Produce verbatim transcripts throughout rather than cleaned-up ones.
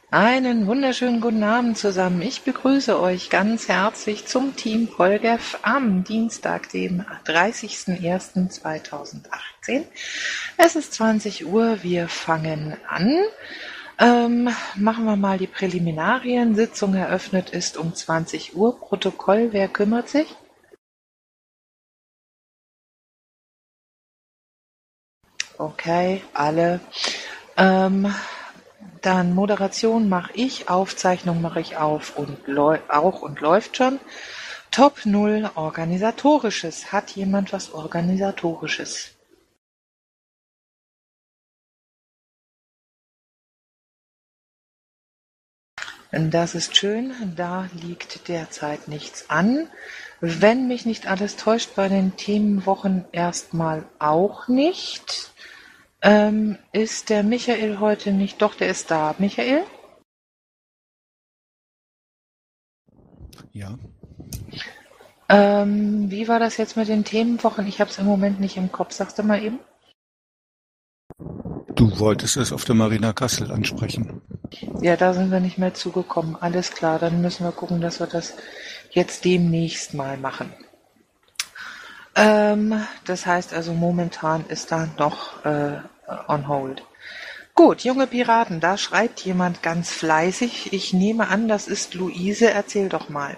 Einen wunderschönen guten Abend zusammen. Ich begrüße euch ganz herzlich zum Team Polgef am Dienstag, dem dreißigsten ersten zweitausendachtzehn. Es ist zwanzig Uhr, wir fangen an. Ähm, machen wir mal die Präliminarien. Sitzung eröffnet ist um zwanzig Uhr. Protokoll, wer kümmert sich? Okay, alle. Ähm, Dann Moderation mache ich, Aufzeichnung mache ich auf und auch und läuft schon. Top null Organisatorisches. Hat jemand was Organisatorisches? Das ist schön, da liegt derzeit nichts an. Wenn mich nicht alles täuscht, bei den Themenwochen erstmal auch nicht. Ähm, ist der Michael heute nicht? Doch, der ist da. Michael? Ja. Ähm, wie war das jetzt mit den Themenwochen? Ich habe es im Moment nicht im Kopf. Sagst du mal eben? Du wolltest es auf der Marina Kassel ansprechen. Ja, da sind wir nicht mehr zugekommen. Alles klar, dann müssen wir gucken, dass wir das jetzt demnächst mal machen. Ähm, das heißt also, momentan ist da noch äh, on hold. Gut, junge Piraten, da schreibt jemand ganz fleißig. Ich nehme an, das ist Luise. Erzähl doch mal.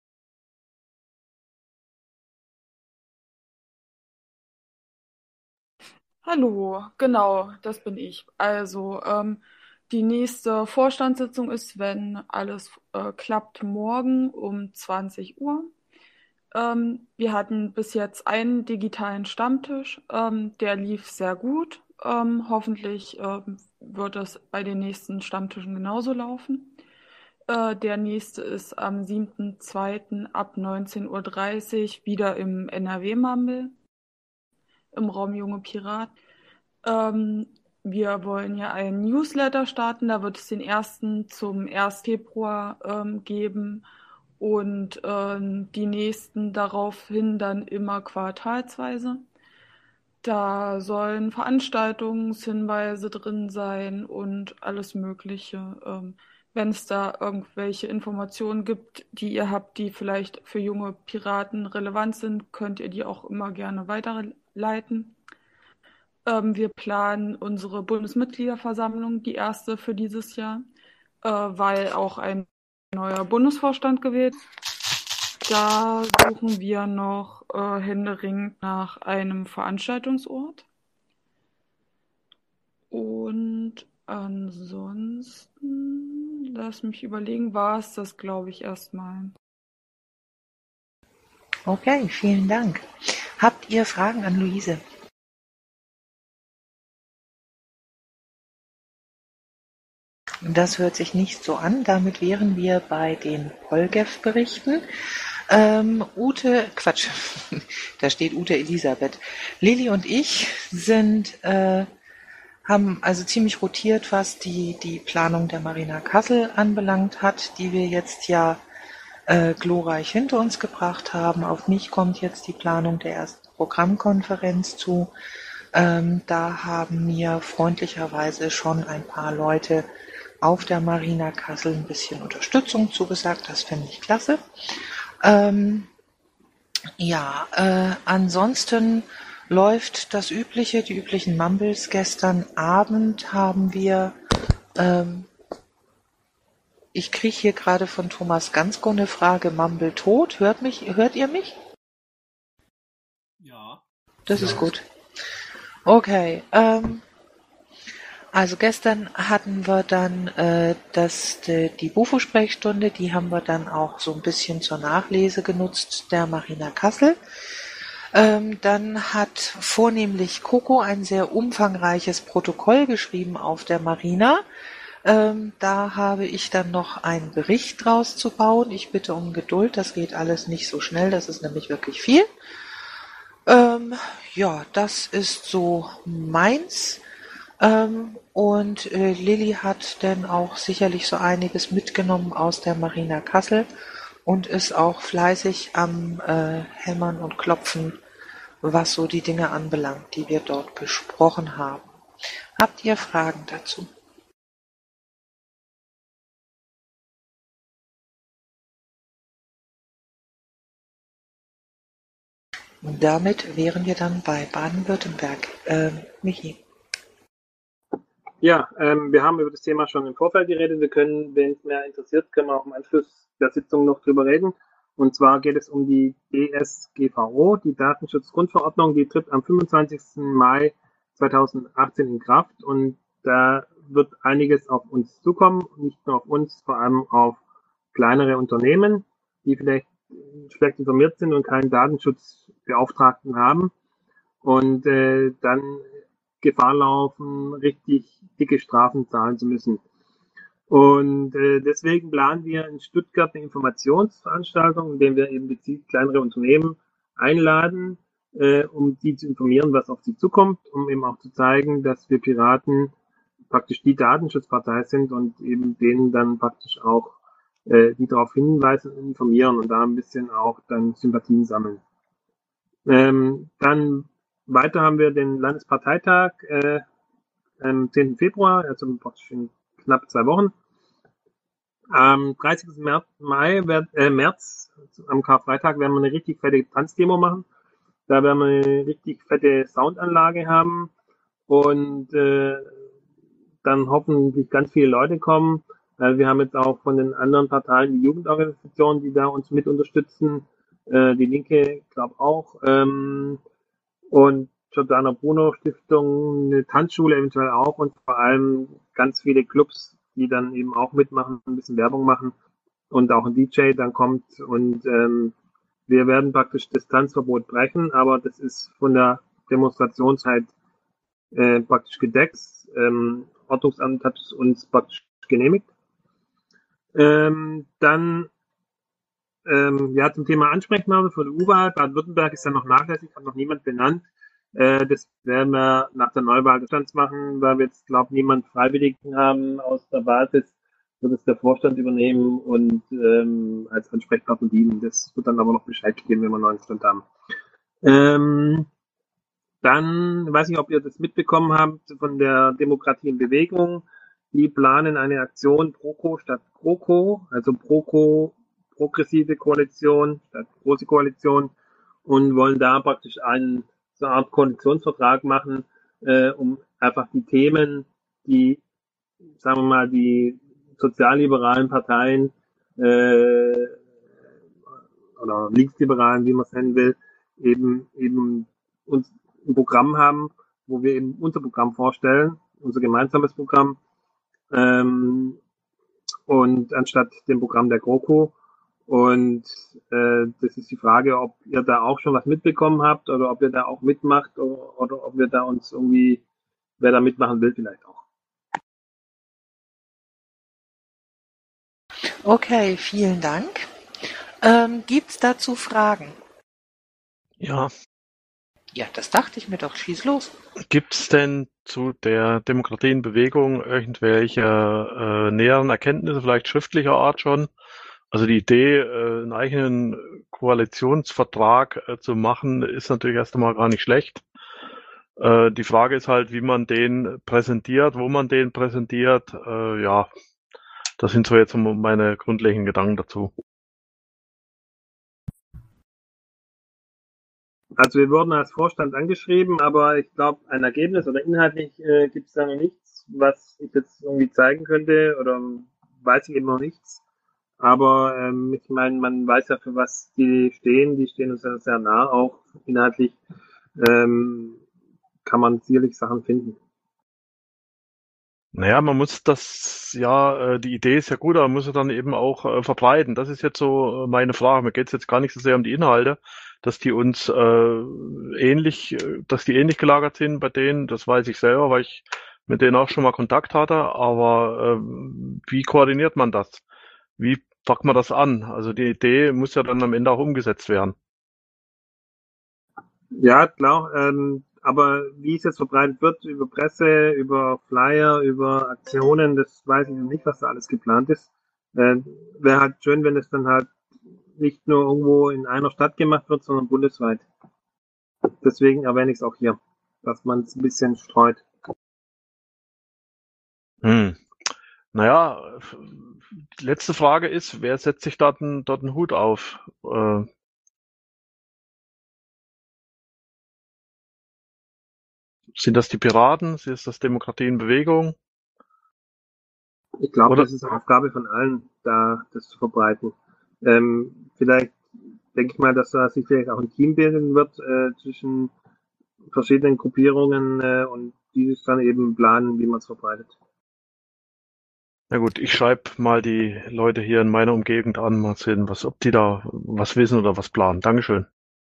Hallo, genau, das bin ich. Also, ähm, die nächste Vorstandssitzung ist, wenn alles äh, klappt, morgen um zwanzig Uhr. Ähm, wir hatten bis jetzt einen digitalen Stammtisch, ähm, der lief sehr gut. Ähm, hoffentlich ähm, wird es bei den nächsten Stammtischen genauso laufen. Äh, der nächste ist am siebten zweiten ab neunzehn Uhr dreißig wieder im N R W-Mumble, im Raum Junge Pirat. Ähm, wir wollen ja einen Newsletter starten, da wird es den ersten zum ersten Februar ähm, geben und ähm, die nächsten daraufhin dann immer quartalsweise. Da sollen Veranstaltungshinweise drin sein und alles Mögliche. Ähm, wenn es da irgendwelche Informationen gibt, die ihr habt, die vielleicht für junge Piraten relevant sind, könnt ihr die auch immer gerne weiterleiten. Ähm, wir planen unsere Bundesmitgliederversammlung, die erste für dieses Jahr, äh, weil auch ein neuer Bundesvorstand gewählt. Da suchen wir noch äh, händeringend nach einem Veranstaltungsort. Und ansonsten, lass mich überlegen, war es das, glaube ich, erstmal. Okay, vielen Dank. Habt ihr Fragen an Luise? Das hört sich nicht so an. Damit wären wir bei den Polgef-Berichten. Ähm, Ute, Quatsch, da steht Ute Elisabeth. Lilly und ich sind, äh, haben also ziemlich rotiert, was die, die Planung der Marina Kassel anbelangt hat, die wir jetzt ja äh, glorreich hinter uns gebracht haben. Auf mich kommt jetzt die Planung der ersten Programmkonferenz zu. Ähm, da haben mir freundlicherweise schon ein paar Leute auf der Marina Kassel ein bisschen Unterstützung zugesagt. Das finde ich klasse. Ähm, ja, äh, ansonsten läuft das Übliche, die üblichen Mumbles. Gestern Abend haben wir, ähm, ich kriege hier gerade von Thomas Gansko eine Frage, Mumble tot. Hört mich, hört ihr mich? Ja. Das Ja. ist gut. Okay, ähm, also gestern hatten wir dann äh, das, die, die Bufo-Sprechstunde, die haben wir dann auch so ein bisschen zur Nachlese genutzt, der Marina Kassel. Ähm, dann hat vornehmlich Coco ein sehr umfangreiches Protokoll geschrieben auf der Marina. Ähm, da habe ich dann noch einen Bericht draus zu bauen. Ich bitte um Geduld, das geht alles nicht so schnell, das ist nämlich wirklich viel. Ähm, ja, das ist so meins. Ähm, und äh, Lilly hat dann auch sicherlich so einiges mitgenommen aus der Marina Kassel und ist auch fleißig am äh, Hämmern und Klopfen, was so die Dinge anbelangt, die wir dort besprochen haben. Habt ihr Fragen dazu? Damit wären wir dann bei Baden-Württemberg. Ähm, Michi. Ja, ähm, wir haben über das Thema schon im Vorfeld geredet. Wir können, wenn es mehr interessiert, können wir auch im Anschluss der Sitzung noch drüber reden. Und zwar geht es um die D S G V O, die Datenschutzgrundverordnung, die tritt am fünfundzwanzigsten Mai zweitausendachtzehn in Kraft. Und da wird einiges auf uns zukommen, nicht nur auf uns, vor allem auf kleinere Unternehmen, die vielleicht schlecht informiert sind und keinen Datenschutzbeauftragten haben und äh, dann Gefahr laufen, richtig dicke Strafen zahlen zu müssen. Und äh, deswegen planen wir in Stuttgart eine Informationsveranstaltung, in der wir eben gezielt kleinere Unternehmen einladen, äh, um die zu informieren, was auf sie zukommt, um eben auch zu zeigen, dass wir Piraten praktisch die Datenschutzpartei sind und eben denen dann praktisch auch äh, die darauf hinweisen und informieren und da ein bisschen auch dann Sympathien sammeln. Ähm, dann weiter haben wir den Landesparteitag äh, am zehnten Februar, also praktisch in knapp zwei Wochen. Am dreißigsten Mai, äh, März, am Karfreitag, werden wir eine richtig fette Tanzdemo machen. Da werden wir eine richtig fette Soundanlage haben und äh, dann hoffentlich ganz viele Leute kommen. Äh, wir haben jetzt auch von den anderen Parteien die Jugendorganisationen, die da uns mit unterstützen. Äh, die Linke, glaube auch. Ähm, und Giordano Bruno Stiftung, eine Tanzschule eventuell auch und vor allem ganz viele Clubs, die dann eben auch mitmachen, ein bisschen Werbung machen und auch ein D J dann kommt und ähm, wir werden praktisch das Tanzverbot brechen, aber das ist von der Demonstrationszeit äh, praktisch gedeckt. Ähm, Ordnungsamt hat es uns praktisch genehmigt. Ähm, dann ähm, ja, zum Thema Ansprechpartner für die U-Wahl. Baden-Württemberg ist ja noch nachlässig, hat noch niemand benannt. Äh, das werden wir nach der Neuwahl des Stands machen, weil wir jetzt, glaube ich, niemand Freiwilligen haben aus der Basis, wird es der Vorstand übernehmen und ähm, als Ansprechpartner dienen. Das wird dann aber noch Bescheid geben, wenn wir einen neuen Stand haben. Ähm, dann, weiß nicht, ob ihr das mitbekommen habt, von der Demokratie in Bewegung. Die planen eine Aktion ProKo statt GroKo, also ProKo, progressive Koalition statt große Koalition und wollen da praktisch einen, so eine Art Koalitionsvertrag machen, äh, um einfach die Themen, die, sagen wir mal, die sozialliberalen Parteien äh, oder linksliberalen, wie man es nennen will, eben eben uns ein Programm haben, wo wir eben unser Programm vorstellen, unser gemeinsames Programm, ähm, und anstatt dem Programm der GroKo. Und äh, das ist die Frage, ob ihr da auch schon was mitbekommen habt oder ob ihr da auch mitmacht oder, oder ob wir da uns irgendwie, wer da mitmachen will, vielleicht auch. Okay, vielen Dank. Ähm, gibt's dazu Fragen? Ja, Ja, das dachte ich mir doch. Schieß los. gibt's denn zu der Demokratie in Bewegung irgendwelche äh, näheren Erkenntnisse, vielleicht schriftlicher Art schon? Also die Idee, äh, einen eigenen Koalitionsvertrag äh, zu machen, ist natürlich erst einmal gar nicht schlecht. Äh, die Frage ist halt, wie man den präsentiert, wo man den präsentiert. Äh, ja, das sind so jetzt meine grundlegenden Gedanken dazu. Also wir wurden als Vorstand angeschrieben, aber ich glaube, ein Ergebnis oder inhaltlich äh, gibt es da noch nichts, was ich jetzt irgendwie zeigen könnte oder weiß ich eben noch nichts. Aber ähm, ich meine, man weiß ja, für was die stehen. Die stehen uns ja sehr nah, auch inhaltlich ähm, kann man sicherlich Sachen finden. Naja, man muss das, ja, äh, die Idee ist ja gut, aber man muss sie dann eben auch äh, verbreiten. Das ist jetzt so äh, meine Frage. Mir geht es jetzt gar nicht so sehr um die Inhalte, dass die uns äh, ähnlich, äh, dass die ähnlich gelagert sind bei denen. Das weiß ich selber, weil ich mit denen auch schon mal Kontakt hatte. Aber ähm, wie koordiniert man das? Wie packt man das an? Also die Idee muss ja dann am Ende auch umgesetzt werden. Ja, klar. Ähm, aber wie es jetzt verbreitet wird, über Presse, über Flyer, über Aktionen, das weiß ich noch nicht, was da alles geplant ist. Äh, Wäre halt schön, wenn es dann halt nicht nur irgendwo in einer Stadt gemacht wird, sondern bundesweit. Deswegen erwähne ich es auch hier, dass man es ein bisschen streut. Hm. Naja, die letzte Frage ist, wer setzt sich dort einen, dort einen Hut auf? Äh, Sind das die Piraten? Ist das Demokratie in Bewegung? Ich glaube, Oder- das ist eine Aufgabe von allen, da das zu verbreiten. Ähm, vielleicht denke ich mal, dass da sich vielleicht auch ein Team bilden wird äh, zwischen verschiedenen Gruppierungen äh, und dieses dann eben planen, wie man es verbreitet. Na gut, ich schreibe mal die Leute hier in meiner Umgebung an, mal sehen, was, ob die da was wissen oder was planen. Dankeschön.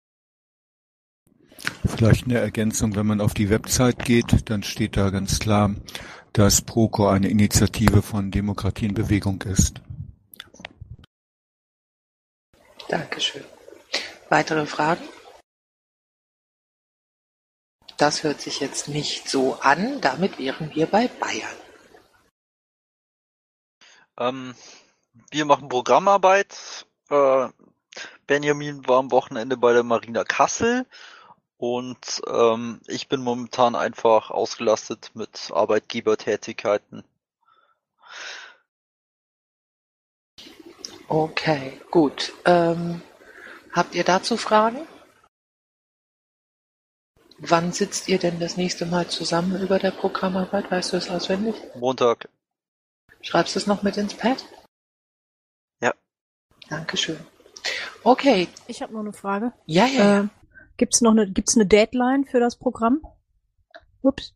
Vielleicht eine Ergänzung, wenn man auf die Website geht, dann steht da ganz klar, dass ProCo eine Initiative von Demokratie in Bewegung ist. Dankeschön. Weitere Fragen? Das hört sich jetzt nicht so an. Damit wären wir bei Bayern. Ähm, wir machen Programmarbeit. Äh, Benjamin war am Wochenende bei der Marina Kassel und ähm, ich bin momentan einfach ausgelastet mit Arbeitgebertätigkeiten. Okay, gut. Ähm, habt ihr dazu Fragen? Wann sitzt ihr denn das nächste Mal zusammen über der Programmarbeit? Weißt du es auswendig? Montag. Schreibst du es noch mit ins Pad? Ja. Dankeschön. Okay. Ich habe noch eine Frage. Ja, ja, ja. Äh, gibt's noch eine, gibt's eine Deadline für das Programm? Ups.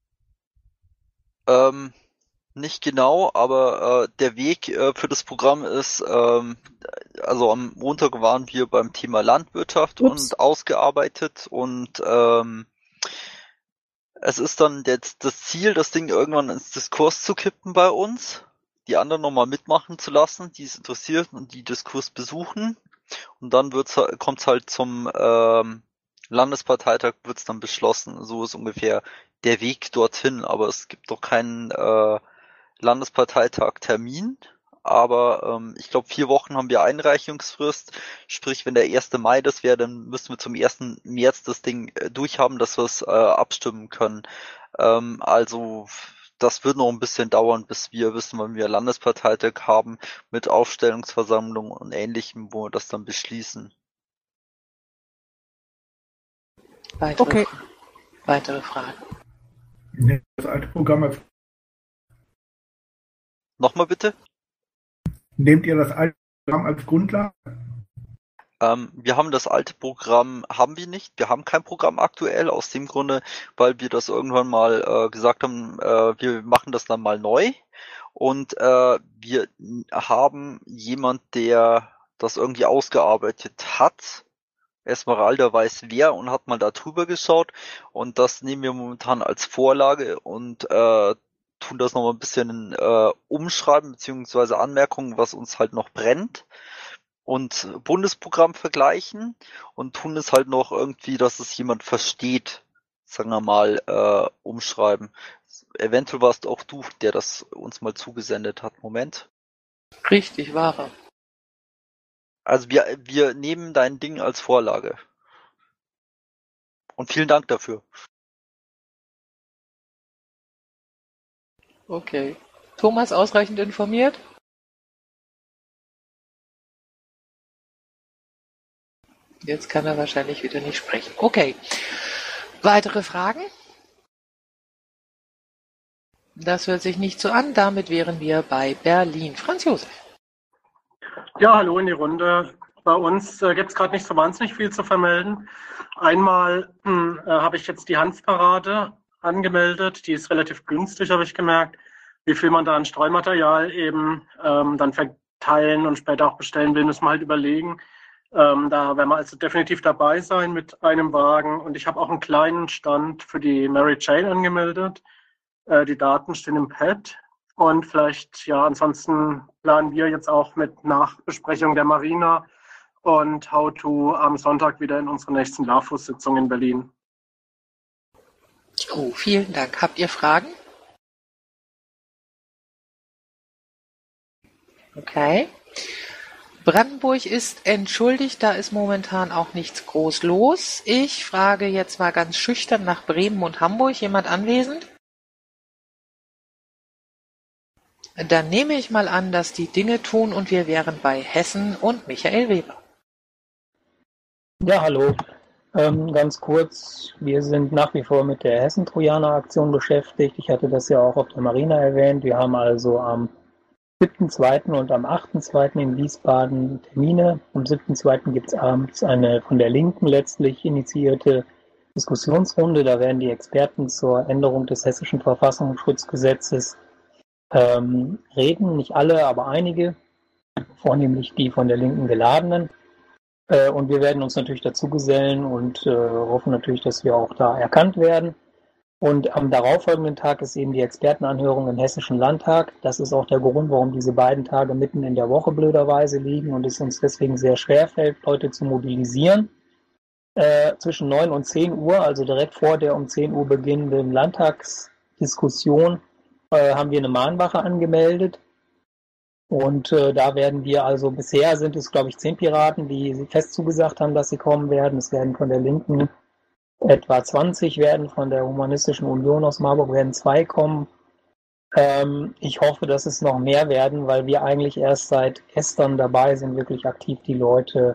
Ähm, nicht genau, aber äh, der Weg äh, für das Programm ist, ähm, also am Montag waren wir beim Thema Landwirtschaft Ups. und ausgearbeitet und ähm, es ist dann jetzt das Ziel, das Ding irgendwann ins Diskurs zu kippen bei uns, die anderen nochmal mitmachen zu lassen, die es interessiert und die Diskurs besuchen. Und dann wird's, kommt's halt zum ähm, Landesparteitag, wird's dann beschlossen. So ist ungefähr der Weg dorthin. Aber es gibt doch keinen äh, Landesparteitag-Termin. Aber ähm, ich glaube, vier Wochen haben wir Einreichungsfrist. Sprich, wenn der erste Mai das wäre, dann müssen wir zum ersten März das Ding äh, durchhaben, dass wir es äh, abstimmen können. Ähm, also das wird noch ein bisschen dauern, bis wir wissen, wann wir Landesparteitag haben mit Aufstellungsversammlung und Ähnlichem, wo wir das dann beschließen. Weitere, Okay. Fra- weitere Fragen? Nee, das alte Programm als, Nochmal bitte? nehmt ihr das alte Programm als Grundlage? Ähm, wir haben das alte Programm, haben wir nicht. Wir haben kein Programm aktuell, aus dem Grunde, weil wir das irgendwann mal äh, gesagt haben, äh, wir machen das dann mal neu. Und äh, wir haben jemand, der das irgendwie ausgearbeitet hat. Esmeralda weiß wer und hat mal da drüber geschaut. Und das nehmen wir momentan als Vorlage und äh, tun das nochmal ein bisschen äh, umschreiben, beziehungsweise Anmerkungen, was uns halt noch brennt. Und Bundesprogramm vergleichen und tun es halt noch irgendwie, dass es jemand versteht, sagen wir mal, äh, umschreiben. Eventuell warst auch du, der das uns mal zugesendet hat. Moment. Richtig, wahre. Also wir, wir nehmen dein Ding als Vorlage. Und vielen Dank dafür. Okay. Thomas ausreichend informiert? Jetzt kann er wahrscheinlich wieder nicht sprechen. Okay. Weitere Fragen? Das hört sich nicht so an. Damit wären wir bei Berlin. Franz Josef. Ja, hallo in die Runde. Bei uns äh, gibt es gerade nicht so wahnsinnig viel zu vermelden. Einmal hm, äh, habe ich jetzt die Hanfparade angemeldet. Die ist relativ günstig, habe ich gemerkt. Wie viel man da an Streumaterial eben ähm, dann verteilen und später auch bestellen will, müssen wir halt überlegen. Ähm, da werden wir also definitiv dabei sein mit einem Wagen. Und ich habe auch einen kleinen Stand für die Mary Jane angemeldet. Äh, die Daten stehen im Pad. Und vielleicht, ja, ansonsten planen wir jetzt auch mit Nachbesprechung der Marina und How to am Sonntag wieder in unserer nächsten LAFO-Sitzung in Berlin. Oh, vielen Dank. Habt ihr Fragen? Okay. Brandenburg ist entschuldigt, da ist momentan auch nichts groß los. Ich frage jetzt mal ganz schüchtern nach Bremen und Hamburg. Jemand anwesend? Dann nehme ich mal an, dass die Dinge tun und wir wären bei Hessen und Michael Weber. Ja, hallo. Ähm, ganz kurz, wir sind nach wie vor mit der Hessen-Trojaner-Aktion beschäftigt. Ich hatte das ja auch auf der Marina erwähnt. Wir haben also am siebten zweiten und am achten zweiten in Wiesbaden Termine. Am siebten zweiten gibt es abends eine von der Linken letztlich initiierte Diskussionsrunde. Da werden die Experten zur Änderung des hessischen Verfassungsschutzgesetzes ähm, reden. Nicht alle, aber einige, vornehmlich die von der Linken geladenen. Äh, und wir werden uns natürlich dazu gesellen und äh, hoffen natürlich, dass wir auch da erkannt werden. Und am darauffolgenden Tag ist eben die Expertenanhörung im Hessischen Landtag. Das ist auch der Grund, warum diese beiden Tage mitten in der Woche blöderweise liegen und es uns deswegen sehr schwer fällt, Leute zu mobilisieren. Äh, zwischen neun und zehn Uhr, also direkt vor der um zehn Uhr beginnenden Landtagsdiskussion, äh, haben wir eine Mahnwache angemeldet. Und äh, da werden wir also, bisher sind es, glaube ich, zehn Piraten, die fest zugesagt haben, dass sie kommen werden. Es werden von der Linken etwa zwanzig werden, von der Humanistischen Union aus Marburg werden zwei kommen. Ähm, ich hoffe, dass es noch mehr werden, weil wir eigentlich erst seit gestern dabei sind, wirklich aktiv die Leute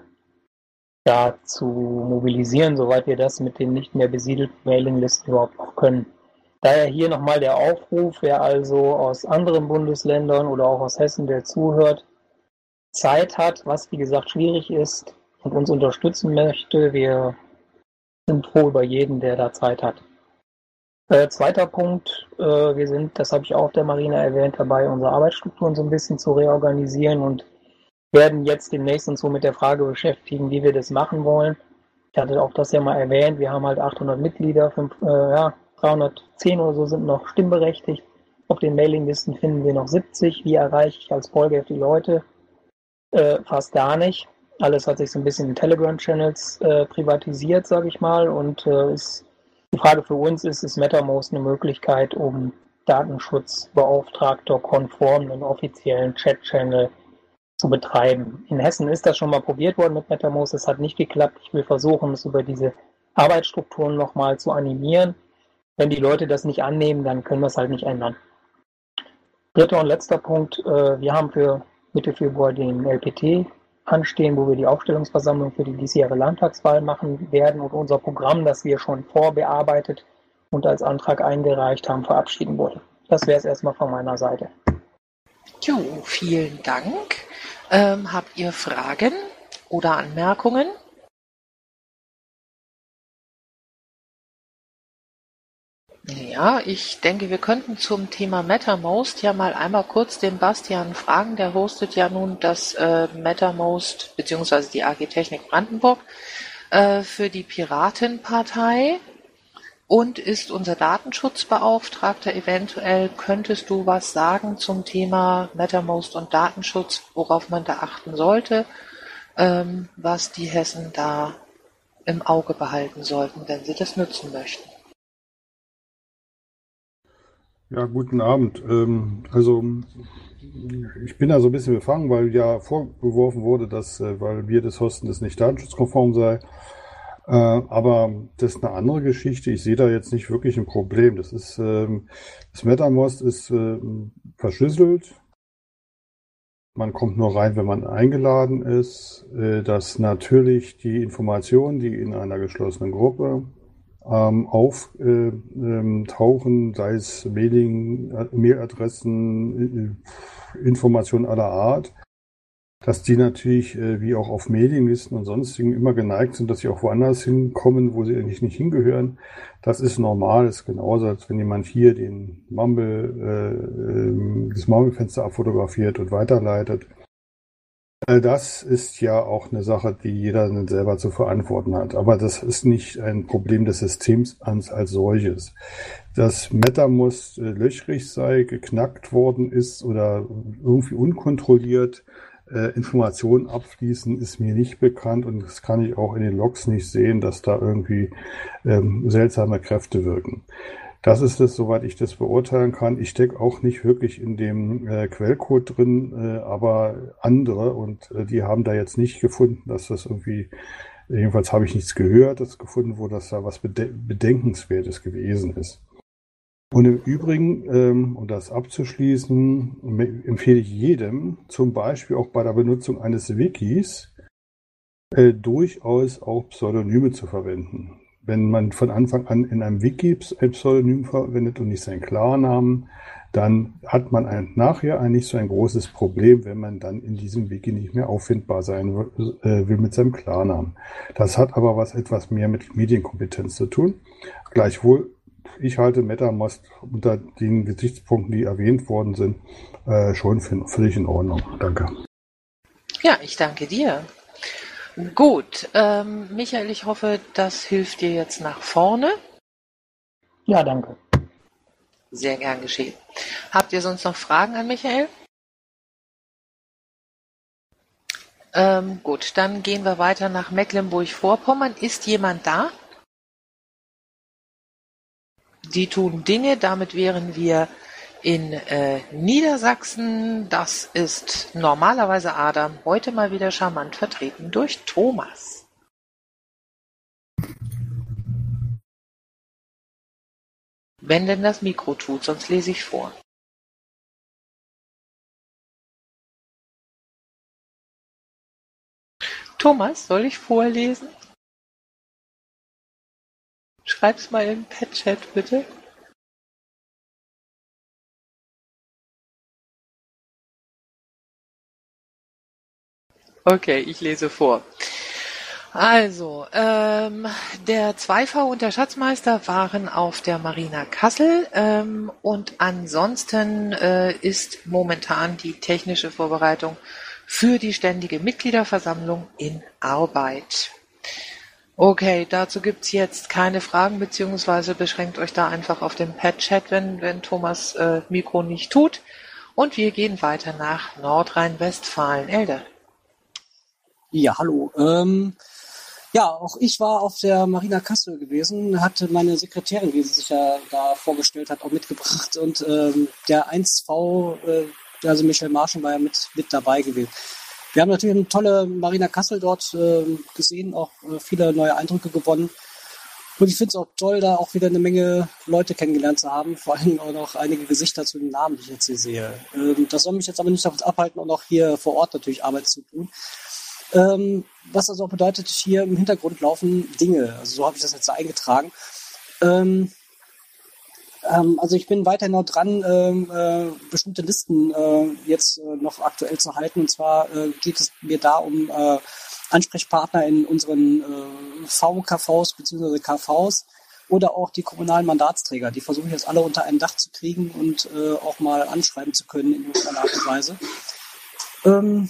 da zu mobilisieren, soweit wir das mit den nicht mehr besiedelten Mailinglisten überhaupt noch können. Daher hier nochmal der Aufruf, wer also aus anderen Bundesländern oder auch aus Hessen, der zuhört, Zeit hat, was wie gesagt schwierig ist und uns unterstützen möchte. Wir sind froh über jeden, der da Zeit hat. Äh, zweiter Punkt, äh, wir sind, das habe ich auch auf der Marina erwähnt, dabei, unsere Arbeitsstrukturen so ein bisschen zu reorganisieren und werden jetzt demnächst uns so mit der Frage beschäftigen, wie wir das machen wollen. Ich hatte auch das ja mal erwähnt, wir haben halt achthundert Mitglieder, fünf, äh, ja, dreihundertzehn oder so sind noch stimmberechtigt. Auf den Mailinglisten finden wir noch siebzig. Wie erreiche ich als Polgef die Leute? Äh, fast gar nicht. Alles hat sich so ein bisschen in Telegram-Channels äh, privatisiert, sage ich mal. Und äh, ist, die Frage für uns ist, ist MetaMost eine Möglichkeit, um Datenschutzbeauftragter konform einen offiziellen Chat-Channel zu betreiben. In Hessen ist das schon mal probiert worden mit MetaMost. Es hat nicht geklappt. Ich will versuchen, es über diese Arbeitsstrukturen nochmal zu animieren. Wenn die Leute das nicht annehmen, dann können wir es halt nicht ändern. Dritter und letzter Punkt. Äh, wir haben für Mitte Februar den L P T anstehen, wo wir die Aufstellungsversammlung für die diesjährige Landtagswahl machen werden und unser Programm, das wir schon vorbearbeitet und als Antrag eingereicht haben, verabschieden wollen. Das wäre es erstmal von meiner Seite. Jo, vielen Dank. Ähm, habt ihr Fragen oder Anmerkungen? Ja, ich denke, wir könnten zum Thema MetaMost ja mal einmal kurz den Bastian fragen. Der hostet ja nun das äh, MetaMost bzw. die A G Technik Brandenburg äh, für die Piratenpartei und ist unser Datenschutzbeauftragter. Eventuell könntest du was sagen zum Thema MetaMost und Datenschutz, worauf man da achten sollte, ähm, was die Hessen da im Auge behalten sollten, wenn sie das nutzen möchten. Ja, guten Abend. Ähm, also ich bin da so ein bisschen befangen, weil ja vorgeworfen wurde, dass, äh, weil wir das hosten, das nicht datenschutzkonform sei. Äh, aber das ist eine andere Geschichte. Ich sehe da jetzt nicht wirklich ein Problem. Das ist, ähm, das MetaMost ist äh, verschlüsselt. Man kommt nur rein, wenn man eingeladen ist. Äh, dass natürlich die Informationen, die in einer geschlossenen Gruppe ähm, auftauchen, äh, sei es Mailing, Mailadressen, äh, Informationen aller Art, dass die natürlich, äh, wie auch auf Mailinglisten und sonstigen, immer geneigt sind, dass sie auch woanders hinkommen, wo sie eigentlich nicht hingehören. Das ist normal, das ist genauso, als wenn jemand hier den Mumble, äh, äh, das Mumble-Fenster abfotografiert und weiterleitet. Das ist ja auch eine Sache, die jeder selber zu verantworten hat. Aber das ist nicht ein Problem des Systems als, als solches. Dass MetaMost äh, löchrig sei, geknackt worden ist oder irgendwie unkontrolliert äh, Informationen abfließen, ist mir nicht bekannt. Und das kann ich auch in den Logs nicht sehen, dass da irgendwie ähm, seltsame Kräfte wirken. Das ist es, soweit ich das beurteilen kann. Ich stecke auch nicht wirklich in dem äh, Quellcode drin, äh, aber andere und äh, die haben da jetzt nicht gefunden, dass das irgendwie, jedenfalls habe ich nichts gehört, das gefunden wurde, dass da was Bede- Bedenkenswertes gewesen ist. Und im Übrigen, ähm, um das abzuschließen, me- empfehle ich jedem, zum Beispiel auch bei der Benutzung eines Wikis, äh, durchaus auch Pseudonyme zu verwenden. Wenn man von Anfang an in einem Wiki ein Pseudonym verwendet und nicht seinen Klarnamen, dann hat man ein, nachher eigentlich so ein großes Problem, wenn man dann in diesem Wiki nicht mehr auffindbar sein äh, will mit seinem Klarnamen. Das hat aber was etwas mehr mit Medienkompetenz zu tun. Gleichwohl, ich halte MetaMask unter den Gesichtspunkten, die erwähnt worden sind, äh, schon für, völlig in Ordnung. Danke. Ja, ich danke dir. Gut, ähm, Michael, ich hoffe, das hilft dir jetzt nach vorne. Ja, danke. Sehr gern geschehen. Habt ihr sonst noch Fragen an Michael? Ähm, gut, dann gehen wir weiter nach Mecklenburg-Vorpommern. Ist jemand da? Die tun Dinge, damit wären wir in äh, Niedersachsen. Das ist normalerweise Adam, heute mal wieder charmant vertreten durch Thomas. Wenn denn das Mikro tut, sonst lese ich vor. Thomas, soll ich vorlesen? Schreib's mal im Pet-Chat, bitte. Okay, ich lese vor. Also, ähm, der zwei V und der Schatzmeister waren auf der Marina Kassel ähm, und ansonsten äh, ist momentan die technische Vorbereitung für die ständige Mitgliederversammlung in Arbeit. Okay, dazu gibt's jetzt keine Fragen, beziehungsweise beschränkt euch da einfach auf den Pet-Chat, wenn, wenn Thomas äh, Mikro nicht tut. Und wir gehen weiter nach Nordrhein-Westfalen. Elde. Ja, hallo. Ähm, ja, auch ich war auf der Marina Kassel gewesen, hatte meine Sekretärin, die sie sich ja da vorgestellt hat, auch mitgebracht. Und ähm, der eins V, äh, also Michel Marschen, war ja mit, mit dabei gewesen. Wir haben natürlich eine tolle Marina Kassel dort äh, gesehen, auch äh, viele neue Eindrücke gewonnen. Und ich finde es auch toll, da auch wieder eine Menge Leute kennengelernt zu haben, vor allem auch noch einige Gesichter zu den Namen, die ich jetzt hier sehe. Ähm, das soll mich jetzt aber nicht davon abhalten, auch noch hier vor Ort natürlich Arbeit zu tun. Ähm, was also auch bedeutet, hier im Hintergrund laufen Dinge. Also so habe ich das jetzt da eingetragen. Ähm, ähm, also ich bin weiterhin noch dran, ähm, äh, bestimmte Listen äh, jetzt äh, noch aktuell zu halten. Und zwar äh, geht es mir da um äh, Ansprechpartner in unseren äh, V K Vs bzw. K Vs oder auch die kommunalen Mandatsträger. Die versuche ich jetzt alle unter ein Dach zu kriegen und äh, auch mal anschreiben zu können in irgendeiner Art und Weise. Ähm,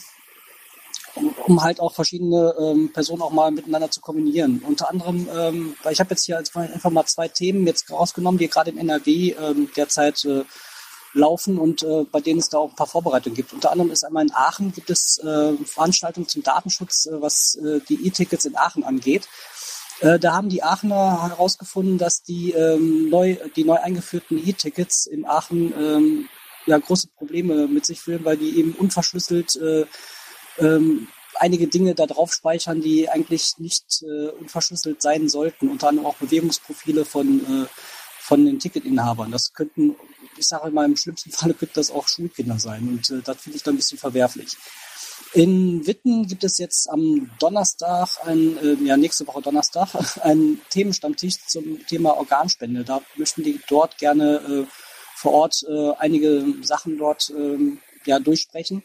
Um, um halt auch verschiedene ähm, Personen auch mal miteinander zu kombinieren. Unter anderem, ähm, weil ich habe jetzt hier einfach mal zwei Themen jetzt rausgenommen, die gerade im N R W ähm, derzeit äh, laufen und äh, bei denen es da auch ein paar Vorbereitungen gibt. Unter anderem ist einmal in Aachen gibt es äh, Veranstaltungen zum Datenschutz, äh, was äh, die E-Tickets in Aachen angeht. Äh, da haben die Aachener herausgefunden, dass die ähm, neu die neu eingeführten E-Tickets in Aachen ähm, ja große Probleme mit sich führen, weil die eben unverschlüsselt äh, Ähm, einige Dinge da drauf speichern, die eigentlich nicht äh, unverschlüsselt sein sollten, unter anderem auch Bewegungsprofile von, äh, von den Ticketinhabern. Das könnten, ich sage mal, im schlimmsten Falle könnten das auch Schulkinder sein und äh, das finde ich dann ein bisschen verwerflich. In Witten gibt es jetzt am Donnerstag, ein, äh, ja nächste Woche Donnerstag, einen Themenstammtisch zum Thema Organspende. Da möchten die dort gerne äh, vor Ort äh, einige Sachen dort äh, ja, durchsprechen.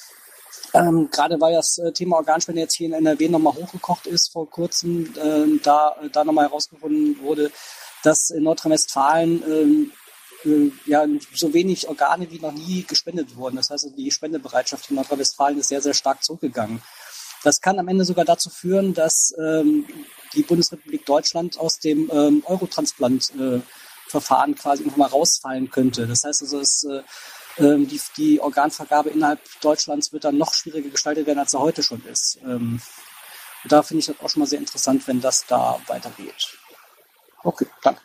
Ähm, gerade weil das äh, Thema Organspende jetzt hier in N R W nochmal hochgekocht ist vor kurzem, äh, da, da nochmal herausgefunden wurde, dass in Nordrhein-Westfalen äh, äh, ja, so wenig Organe wie noch nie gespendet wurden. Das heißt, die Spendebereitschaft in Nordrhein-Westfalen ist sehr, sehr stark zurückgegangen. Das kann am Ende sogar dazu führen, dass ähm, die Bundesrepublik Deutschland aus dem ähm, Eurotransplant-Verfahren äh, quasi nochmal rausfallen könnte. Das heißt also, es äh, Die, die Organvergabe innerhalb Deutschlands wird dann noch schwieriger gestaltet werden, als sie heute schon ist. Ähm, da finde ich das auch schon mal sehr interessant, wenn das da weitergeht. Okay, danke.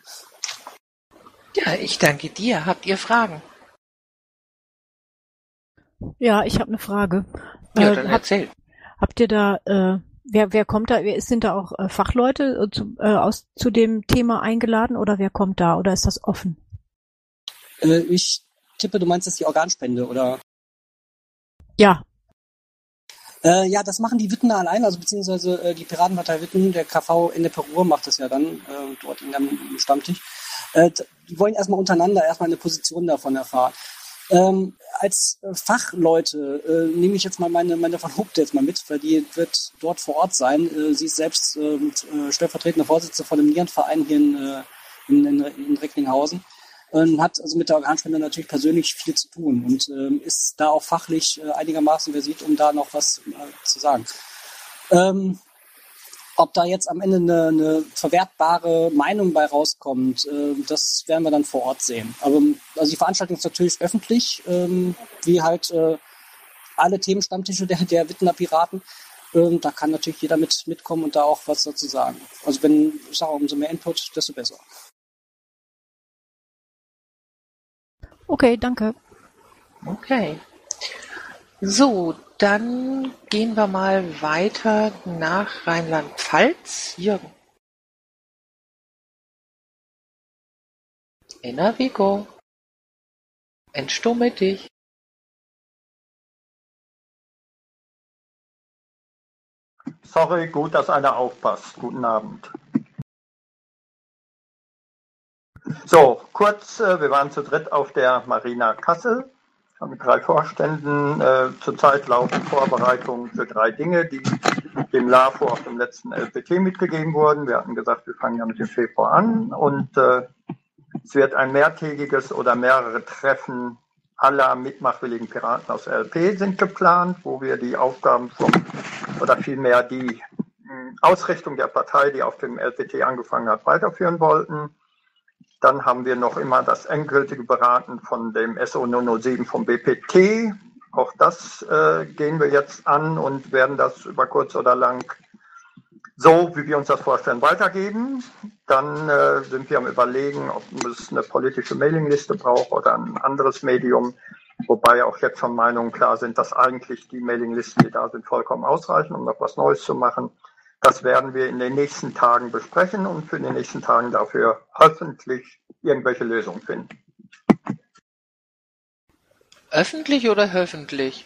Ja, ich danke dir. Habt ihr Fragen? Ja, ich habe eine Frage. Ja, äh, dann habt, erzähl. habt ihr da, äh, wer, wer kommt da, wer, sind da auch äh, Fachleute äh, zu, äh, aus, zu dem Thema eingeladen oder wer kommt da oder ist das offen? Äh, ich tippe, du meinst jetzt die Organspende, oder? Ja. Äh, ja, das machen die Wittener allein, also beziehungsweise äh, die Piratenpartei Witten, der K V Ende Perur macht das ja dann äh, dort in dem Stammtisch. Äh, die wollen erstmal untereinander erstmal eine Position davon erfahren. Ähm, als äh, Fachleute äh, nehme ich jetzt mal meine, meine Verlobte jetzt mal mit, weil die wird dort vor Ort sein. Äh, sie ist selbst äh, äh, stellvertretende Vorsitzende von einem Nierenverein hier in, äh, in, in, in Recklinghausen. Und hat also mit der Organspende natürlich persönlich viel zu tun und ähm, ist da auch fachlich äh, einigermaßen versiert, um da noch was äh, zu sagen. Ähm, ob da jetzt am Ende eine, eine verwertbare Meinung bei rauskommt, äh, das werden wir dann vor Ort sehen. Aber also die Veranstaltung ist natürlich öffentlich, ähm, wie halt äh, alle Themenstammtische der, der Wittener Piraten. Ähm, da kann natürlich jeder mit mitkommen und da auch was dazu sagen. Also wenn, ich sage, umso mehr Input, desto besser. Okay, danke. Okay. So, dann gehen wir mal weiter nach Rheinland-Pfalz. Jürgen. Enrico. Entstumme dich. Sorry, gut, dass einer aufpasst. Guten Abend. So, kurz, äh, wir waren zu dritt auf der Marina Kassel, mit drei Vorständen. Äh, zurzeit laufen Vorbereitungen für drei Dinge, die dem LAFO auf dem letzten L P T mitgegeben wurden. Wir hatten gesagt, wir fangen ja mit dem Februar an und äh, es wird ein mehrtägiges oder mehrere Treffen aller mitmachwilligen Piraten aus L P sind geplant, wo wir die Aufgaben vom, oder vielmehr die mh, Ausrichtung der Partei, die auf dem L P T angefangen hat, weiterführen wollten. Dann haben wir noch immer das endgültige Beraten von dem S O null null sieben vom B P T. Auch das äh, gehen wir jetzt an und werden das über kurz oder lang so, wie wir uns das vorstellen, weitergeben. Dann äh, sind wir am Überlegen, ob es eine politische Mailingliste braucht oder ein anderes Medium. Wobei auch jetzt schon Meinungen klar sind, dass eigentlich die Mailinglisten, die da sind, vollkommen ausreichen, um noch was Neues zu machen. Das werden wir in den nächsten Tagen besprechen und für die nächsten Tagen dafür hoffentlich irgendwelche Lösungen finden. Öffentlich oder hoffentlich?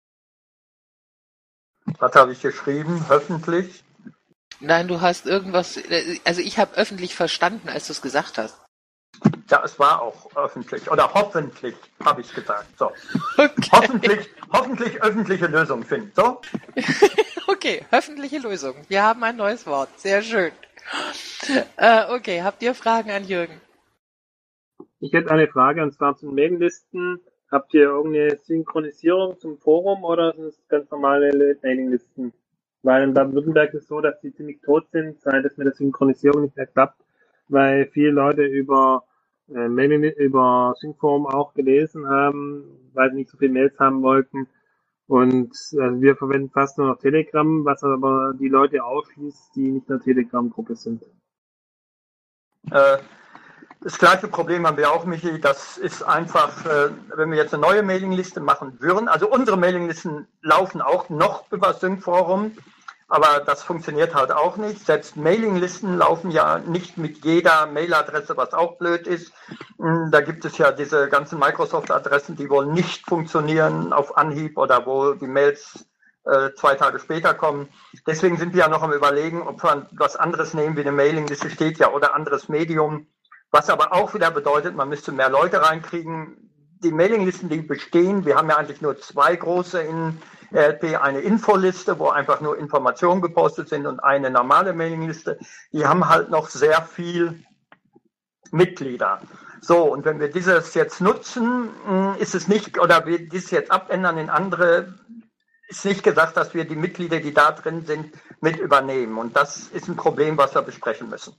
Was habe ich geschrieben? Hoffentlich? Nein, du hast irgendwas, also ich habe öffentlich verstanden, als du es gesagt hast. Ja, es war auch öffentlich oder hoffentlich, habe ich gesagt. So. Okay. Hoffentlich, hoffentlich öffentliche Lösungen finden. So. Okay, öffentliche Lösung. Wir haben ein neues Wort. Sehr schön. Äh, okay, habt ihr Fragen an Jürgen? Ich hätte eine Frage, und zwar zu den Mailinglisten. Habt ihr irgendeine Synchronisierung zum Forum oder sind es ganz normale Mailinglisten? Weil in Baden-Württemberg ist es so, dass die ziemlich tot sind, seit es mit der Synchronisierung nicht mehr klappt, weil viele Leute über äh, Mailing, über Syncforum auch gelesen haben, weil sie nicht so viele Mails haben wollten. Und also wir verwenden fast nur noch Telegram, was aber die Leute ausschließt, die nicht in der Telegram-Gruppe sind. Äh, das gleiche Problem haben wir auch, Michi. Das ist einfach, äh, wenn wir jetzt eine neue Mailingliste machen würden, also unsere Mailinglisten laufen auch noch über Syncforum, aber das funktioniert halt auch nicht. Selbst Mailinglisten laufen ja nicht mit jeder Mailadresse, was auch blöd ist. Da gibt es ja diese ganzen Microsoft-Adressen, die wohl nicht funktionieren auf Anhieb oder wo die Mails äh, zwei Tage später kommen. Deswegen sind wir ja noch am Überlegen, ob wir was anderes nehmen, wie eine Mailingliste steht ja, oder anderes Medium. Was aber auch wieder bedeutet, man müsste mehr Leute reinkriegen. Die Mailinglisten, die bestehen, wir haben ja eigentlich nur zwei große in L P, eine Infoliste, wo einfach nur Informationen gepostet sind und eine normale Mailingliste. Die haben halt noch sehr viel Mitglieder. So, und wenn wir dieses jetzt nutzen, ist es nicht, oder wir dieses jetzt abändern in andere, ist nicht gesagt, dass wir die Mitglieder, die da drin sind, mit übernehmen. Und das ist ein Problem, was wir besprechen müssen.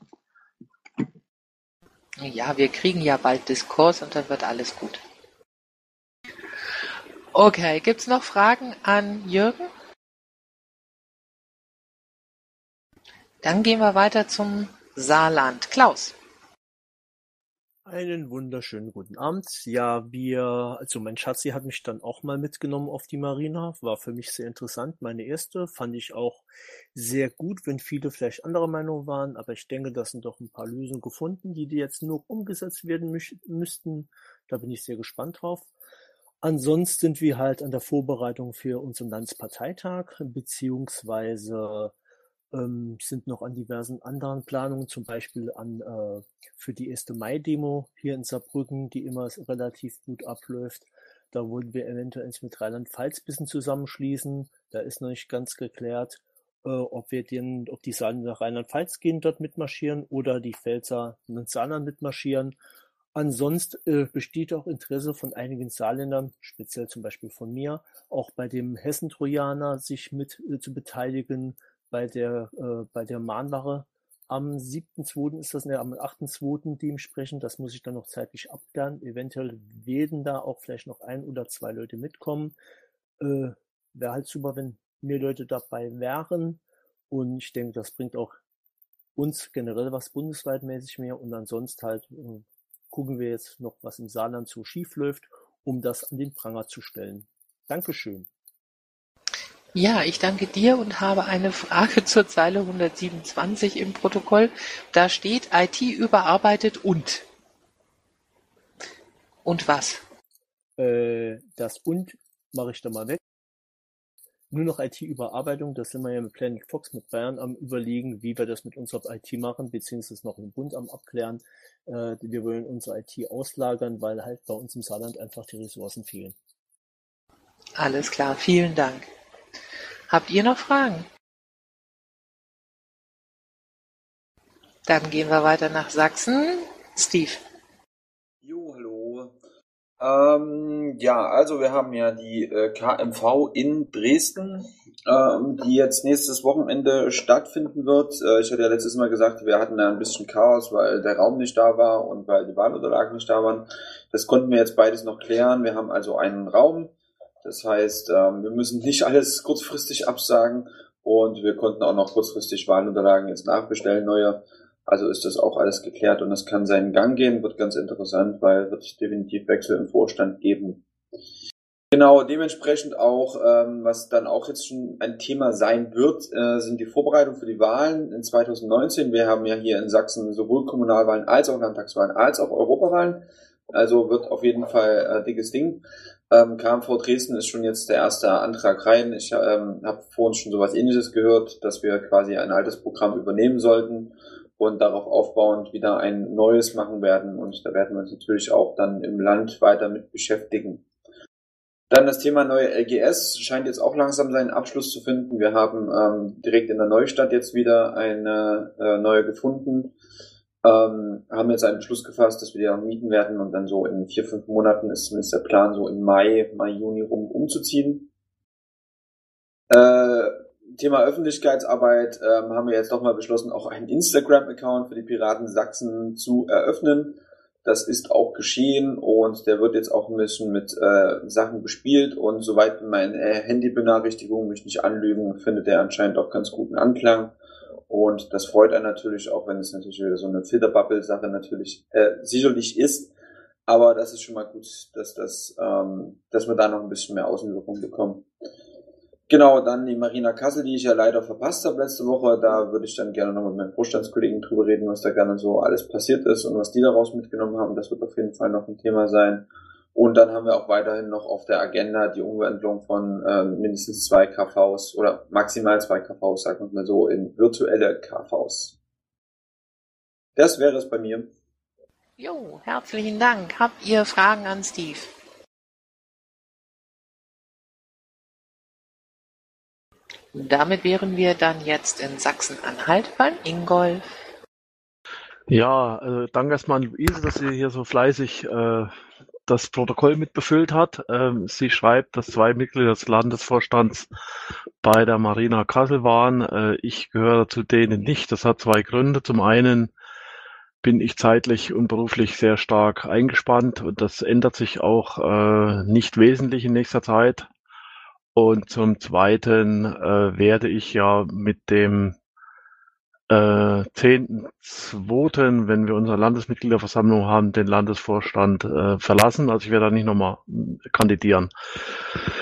Ja, wir kriegen ja bald Diskurs und dann wird alles gut. Okay, gibt's noch Fragen an Jürgen? Dann gehen wir weiter zum Saarland. Klaus. Einen wunderschönen guten Abend. Ja, wir, also mein Schatzi hat mich dann auch mal mitgenommen auf die Marina. War für mich sehr interessant. Meine erste fand ich auch sehr gut, wenn viele vielleicht anderer Meinung waren. Aber ich denke, da sind doch ein paar Lösungen gefunden, die, die jetzt nur umgesetzt werden mü- müssten. Da bin ich sehr gespannt drauf. Ansonsten sind wir halt an der Vorbereitung für unseren Landesparteitag, beziehungsweise ähm, sind noch an diversen anderen Planungen, zum Beispiel an äh, für die erste Mai-Demo hier in Saarbrücken, die immer relativ gut abläuft. Da wollen wir eventuell mit Rheinland-Pfalz ein bisschen zusammenschließen. Da ist noch nicht ganz geklärt, äh, ob wir den, ob die Saarländer nach Rheinland-Pfalz gehen, dort mitmarschieren oder die Pfälzer in den Saarland mitmarschieren. Ansonsten äh, besteht auch Interesse von einigen Saarländern, speziell zum Beispiel von mir, auch bei dem Hessen-Trojaner sich mit äh, zu beteiligen, bei der äh, bei der Mahnwache am siebten zweiten ist das, ne, am achten zweiten dementsprechend, das muss ich dann noch zeitlich abklären. Eventuell werden da auch vielleicht noch ein oder zwei Leute mitkommen. Äh, wäre halt super, wenn mehr Leute dabei wären. Und ich denke, das bringt auch uns generell was bundesweit mäßig mehr. Und ansonsten halt äh, gucken wir jetzt noch, was im Saarland so schief läuft, um das an den Pranger zu stellen. Dankeschön. Ja, ich danke dir und habe eine Frage zur Zeile hundertsiebenundzwanzig im Protokoll. Da steht I T überarbeitet und. Und was? Äh, das und mache ich da mal weg. Nur noch I T-Überarbeitung, da sind wir ja mit Planet Fox, mit Bayern am Überlegen, wie wir das mit unserer I T machen, beziehungsweise noch im Bund am Abklären. Äh, wir wollen unsere I T auslagern, weil halt bei uns im Saarland einfach die Ressourcen fehlen. Alles klar, vielen Dank. Habt ihr noch Fragen? Dann gehen wir weiter nach Sachsen. Steve. Jo, hallo. Ähm, ja, also wir haben ja die äh, K M V in Dresden, ähm, die jetzt nächstes Wochenende stattfinden wird. Äh, ich hatte ja letztes Mal gesagt, wir hatten da ein bisschen Chaos, weil der Raum nicht da war und weil die Wahlunterlagen nicht da waren. Das konnten wir jetzt beides noch klären. Wir haben also einen Raum. Das heißt, ähm, wir müssen nicht alles kurzfristig absagen und wir konnten auch noch kurzfristig Wahlunterlagen jetzt nachbestellen, neue. Also ist das auch alles geklärt und das kann seinen Gang gehen, wird ganz interessant, weil wird es definitiv Wechsel im Vorstand geben. Genau, dementsprechend auch, ähm, was dann auch jetzt schon ein Thema sein wird, äh, sind die Vorbereitungen für die Wahlen in zwanzig neunzehn. Wir haben ja hier in Sachsen sowohl Kommunalwahlen als auch Landtagswahlen als auch Europawahlen. Also wird auf jeden Fall ein äh, dickes Ding. Ähm, K M V Dresden ist schon jetzt der erste Antrag rein. Ich ähm, habe vorhin schon sowas Ähnliches gehört, dass wir quasi ein altes Programm übernehmen sollten und darauf aufbauend wieder ein neues machen werden. Und da werden wir uns natürlich auch dann im Land weiter mit beschäftigen. Dann das Thema neue L G S scheint jetzt auch langsam seinen Abschluss zu finden. Wir haben ähm, direkt in der Neustadt jetzt wieder eine äh, neue gefunden. Ähm, haben jetzt einen Beschluss gefasst, dass wir die auch mieten werden und dann so in vier, fünf Monaten ist zumindest der Plan, so im Mai, Mai, Juni rum umzuziehen. Äh, Thema Öffentlichkeitsarbeit ähm, haben wir jetzt doch mal beschlossen, auch einen Instagram-Account für die Piraten Sachsen zu eröffnen. Das ist auch geschehen und der wird jetzt auch ein bisschen mit äh, Sachen bespielt und soweit meine äh, Handybenachrichtigungen mich nicht anlügen, findet der anscheinend auch ganz guten Anklang. Und das freut einen natürlich, auch wenn es natürlich wieder so eine Filterbubble-Sache natürlich äh, sicherlich ist. Aber das ist schon mal gut, dass das, ähm, dass wir da noch ein bisschen mehr Außenwirkung bekommen. Genau, dann die Marina Kassel, die ich ja leider verpasst habe letzte Woche. Da würde ich dann gerne noch mit meinen Vorstandskollegen drüber reden, was da gerne so alles passiert ist und was die daraus mitgenommen haben. Das wird auf jeden Fall noch ein Thema sein. Und dann haben wir auch weiterhin noch auf der Agenda die Umwandlung von äh, mindestens zwei K Vs oder maximal zwei K Vs, sagen wir mal so, in virtuelle K Vs. Das wäre es bei mir. Jo, herzlichen Dank. Habt ihr Fragen an Steve? Damit wären wir dann jetzt in Sachsen-Anhalt beim Ingolf. Ja, äh, danke erstmal an Luise, dass sie hier so fleißig äh, das Protokoll mitbefüllt hat. Ähm, sie schreibt, dass zwei Mitglieder des Landesvorstands bei der Marina Kassel waren. Äh, ich gehöre zu denen nicht. Das hat zwei Gründe. Zum einen bin ich zeitlich und beruflich sehr stark eingespannt und das ändert sich auch äh, nicht wesentlich in nächster Zeit. Und zum Zweiten äh, werde ich ja mit dem äh, zehnten zweiten, wenn wir unsere Landesmitgliederversammlung haben, den Landesvorstand äh, verlassen. Also ich werde da nicht nochmal kandidieren.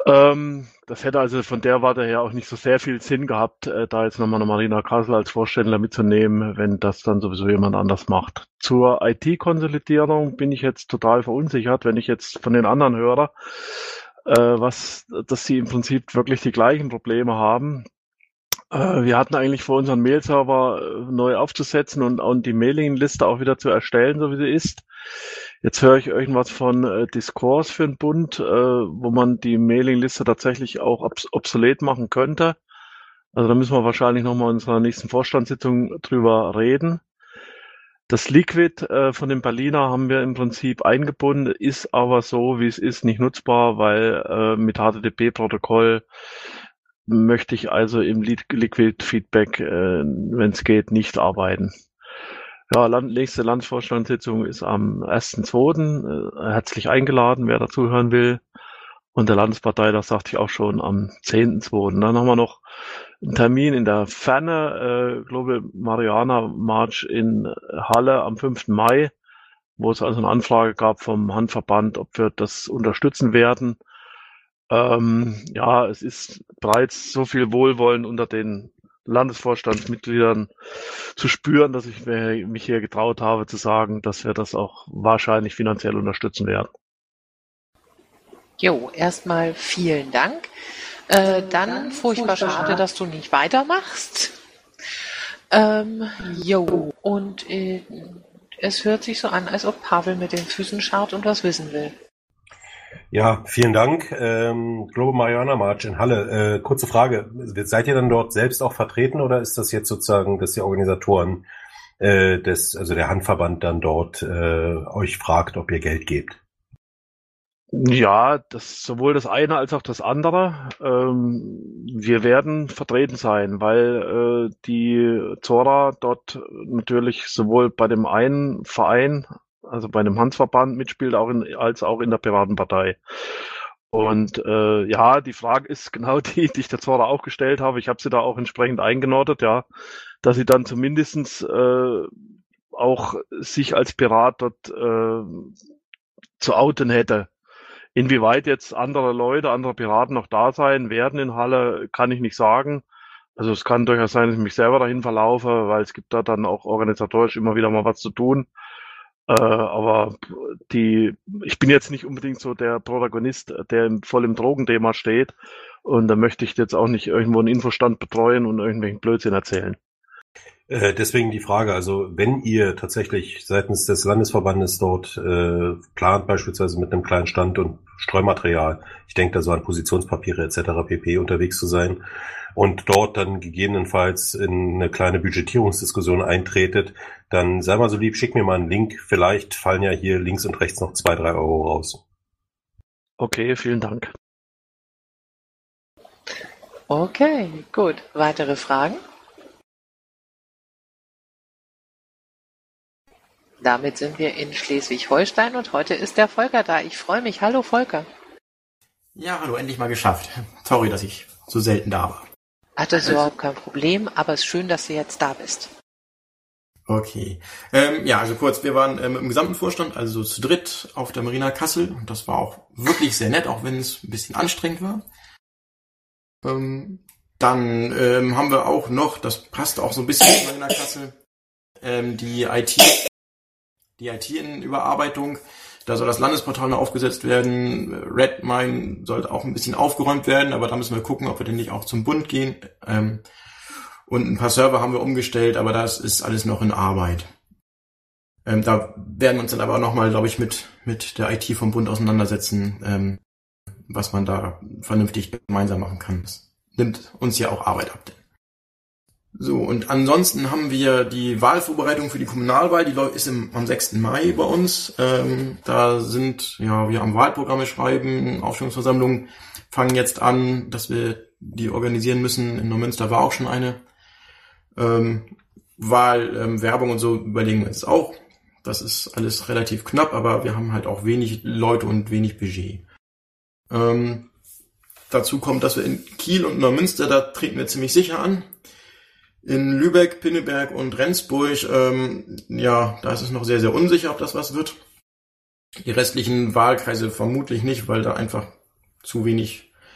Ähm, das hätte also von der Warte her auch nicht so sehr viel Sinn gehabt, äh, da jetzt nochmal eine Marina Kassel als Vorständler mitzunehmen, wenn das dann sowieso jemand anders macht. Zur I T-Konsolidierung bin ich jetzt total verunsichert, wenn ich jetzt von den anderen höre, äh, was, dass sie im Prinzip wirklich die gleichen Probleme haben. Äh, wir hatten eigentlich vor, unseren Mail-Server äh, neu aufzusetzen und, und die Mailingliste auch wieder zu erstellen, so wie sie ist. Jetzt höre ich irgendwas von äh, Discourse für den Bund, äh, wo man die Mailingliste tatsächlich auch obs obsolet machen könnte. Also da müssen wir wahrscheinlich nochmal in unserer nächsten Vorstandssitzung drüber reden. Das Liquid äh, von den Berliner haben wir im Prinzip eingebunden, ist aber so, wie es ist, nicht nutzbar, weil äh, mit H T T P-Protokoll möchte ich also im Liquid-Feedback, äh, wenn es geht, nicht arbeiten. Ja, Land, nächste Landesvorstandssitzung ist am ersten zweiten Äh, herzlich eingeladen, wer dazu hören will. Und der Landespartei, das sagte ich auch schon, am zehnten zweiten Dann haben wir noch einen Termin in der Ferne, äh, Global Mariana March in Halle am fünften Mai, wo es also eine Anfrage gab vom Handverband, ob wir das unterstützen werden. Ähm, ja, es ist bereits so viel Wohlwollen unter den Landesvorstandsmitgliedern zu spüren, dass ich mich hier getraut habe zu sagen, dass wir das auch wahrscheinlich finanziell unterstützen werden. Jo, erstmal vielen Dank. Äh, dann furchtbar schade, dass du nicht weitermachst. Ähm, jo, und äh, es hört sich so an, als ob Pavel mit den Füßen scharrt und was wissen will. Ja, vielen Dank. Ähm, Global Mariana March in Halle. Äh, kurze Frage. Seid ihr dann dort selbst auch vertreten oder ist das jetzt sozusagen, dass die Organisatoren äh, des, also der Handverband dann dort äh, euch fragt, ob ihr Geld gebt? Ja, das sowohl das eine als auch das andere. Ähm, wir werden vertreten sein, weil äh, die Zora dort natürlich sowohl bei dem einen Verein, also bei dem Handverband mitspielt, auch in, als auch in der Piratenpartei. Und äh, ja, die Frage ist genau die, die ich der Zora auch gestellt habe. Ich habe sie da auch entsprechend eingenordet, ja, dass sie dann zumindestens äh, auch sich als Pirat dort äh, zu outen hätte. Inwieweit jetzt andere Leute, andere Piraten noch da sein werden in Halle, kann ich nicht sagen. Also es kann durchaus sein, dass ich mich selber dahin verlaufe, weil es gibt da dann auch organisatorisch immer wieder mal was zu tun. Äh, aber die, ich bin jetzt nicht unbedingt so der Protagonist, der im, voll im Drogenthema steht. Und da möchte ich jetzt auch nicht irgendwo einen Infostand betreuen und irgendwelchen Blödsinn erzählen. Äh, deswegen die Frage, also wenn ihr tatsächlich seitens des Landesverbandes dort äh, plant, beispielsweise mit einem kleinen Stand und Streumaterial, ich denke da so an Positionspapiere et cetera pp. Unterwegs zu sein und dort dann gegebenenfalls in eine kleine Budgetierungsdiskussion eintretet, dann sei mal so lieb, schick mir mal einen Link, vielleicht fallen ja hier links und rechts noch zwei, drei Euro raus. Okay, vielen Dank. Okay, gut. Weitere Fragen? Damit sind wir in Schleswig-Holstein und heute ist der Volker da. Ich freue mich. Hallo Volker. Ja, hallo, endlich mal geschafft. Sorry, dass ich so selten da war. Ach, das ist überhaupt kein Problem, aber es ist schön, dass du jetzt da bist. Okay. Ähm, ja, also kurz, wir waren ähm, im gesamten Vorstand, also zu dritt auf der Marina Kassel. Und das war auch wirklich sehr nett, auch wenn es ein bisschen anstrengend war. Ähm, dann ähm, haben wir auch noch, das passt auch so ein bisschen zu Marina Kassel, ähm, die I T Die I T in Überarbeitung, da soll das Landesportal noch aufgesetzt werden. Redmine soll auch ein bisschen aufgeräumt werden, aber da müssen wir gucken, ob wir denn nicht auch zum Bund gehen. Ähm, und ein paar Server haben wir umgestellt, aber das ist alles noch in Arbeit. Ähm, da werden wir uns dann aber nochmal, glaube ich, mit mit der I T vom Bund auseinandersetzen, ähm, was man da vernünftig gemeinsam machen kann. Das nimmt uns ja auch Arbeit ab. So, und ansonsten haben wir die Wahlvorbereitung für die Kommunalwahl, die ist im, am sechsten Mai bei uns. Ähm, da sind, ja, wir am Wahlprogramme schreiben, Aufstellungsversammlungen fangen jetzt an, dass wir die organisieren müssen. In Neumünster war auch schon eine. Ähm, Wahl, ähm, Werbung und so überlegen wir uns auch. Das ist alles relativ knapp, aber wir haben halt auch wenig Leute und wenig Budget. Ähm, dazu kommt, dass wir in Kiel und Neumünster, da treten wir ziemlich sicher an. In Lübeck, Pinneberg und Rendsburg, ähm, ja, da ist es noch sehr, sehr unsicher, ob das was wird. Die restlichen Wahlkreise vermutlich nicht, weil da einfach zu wenig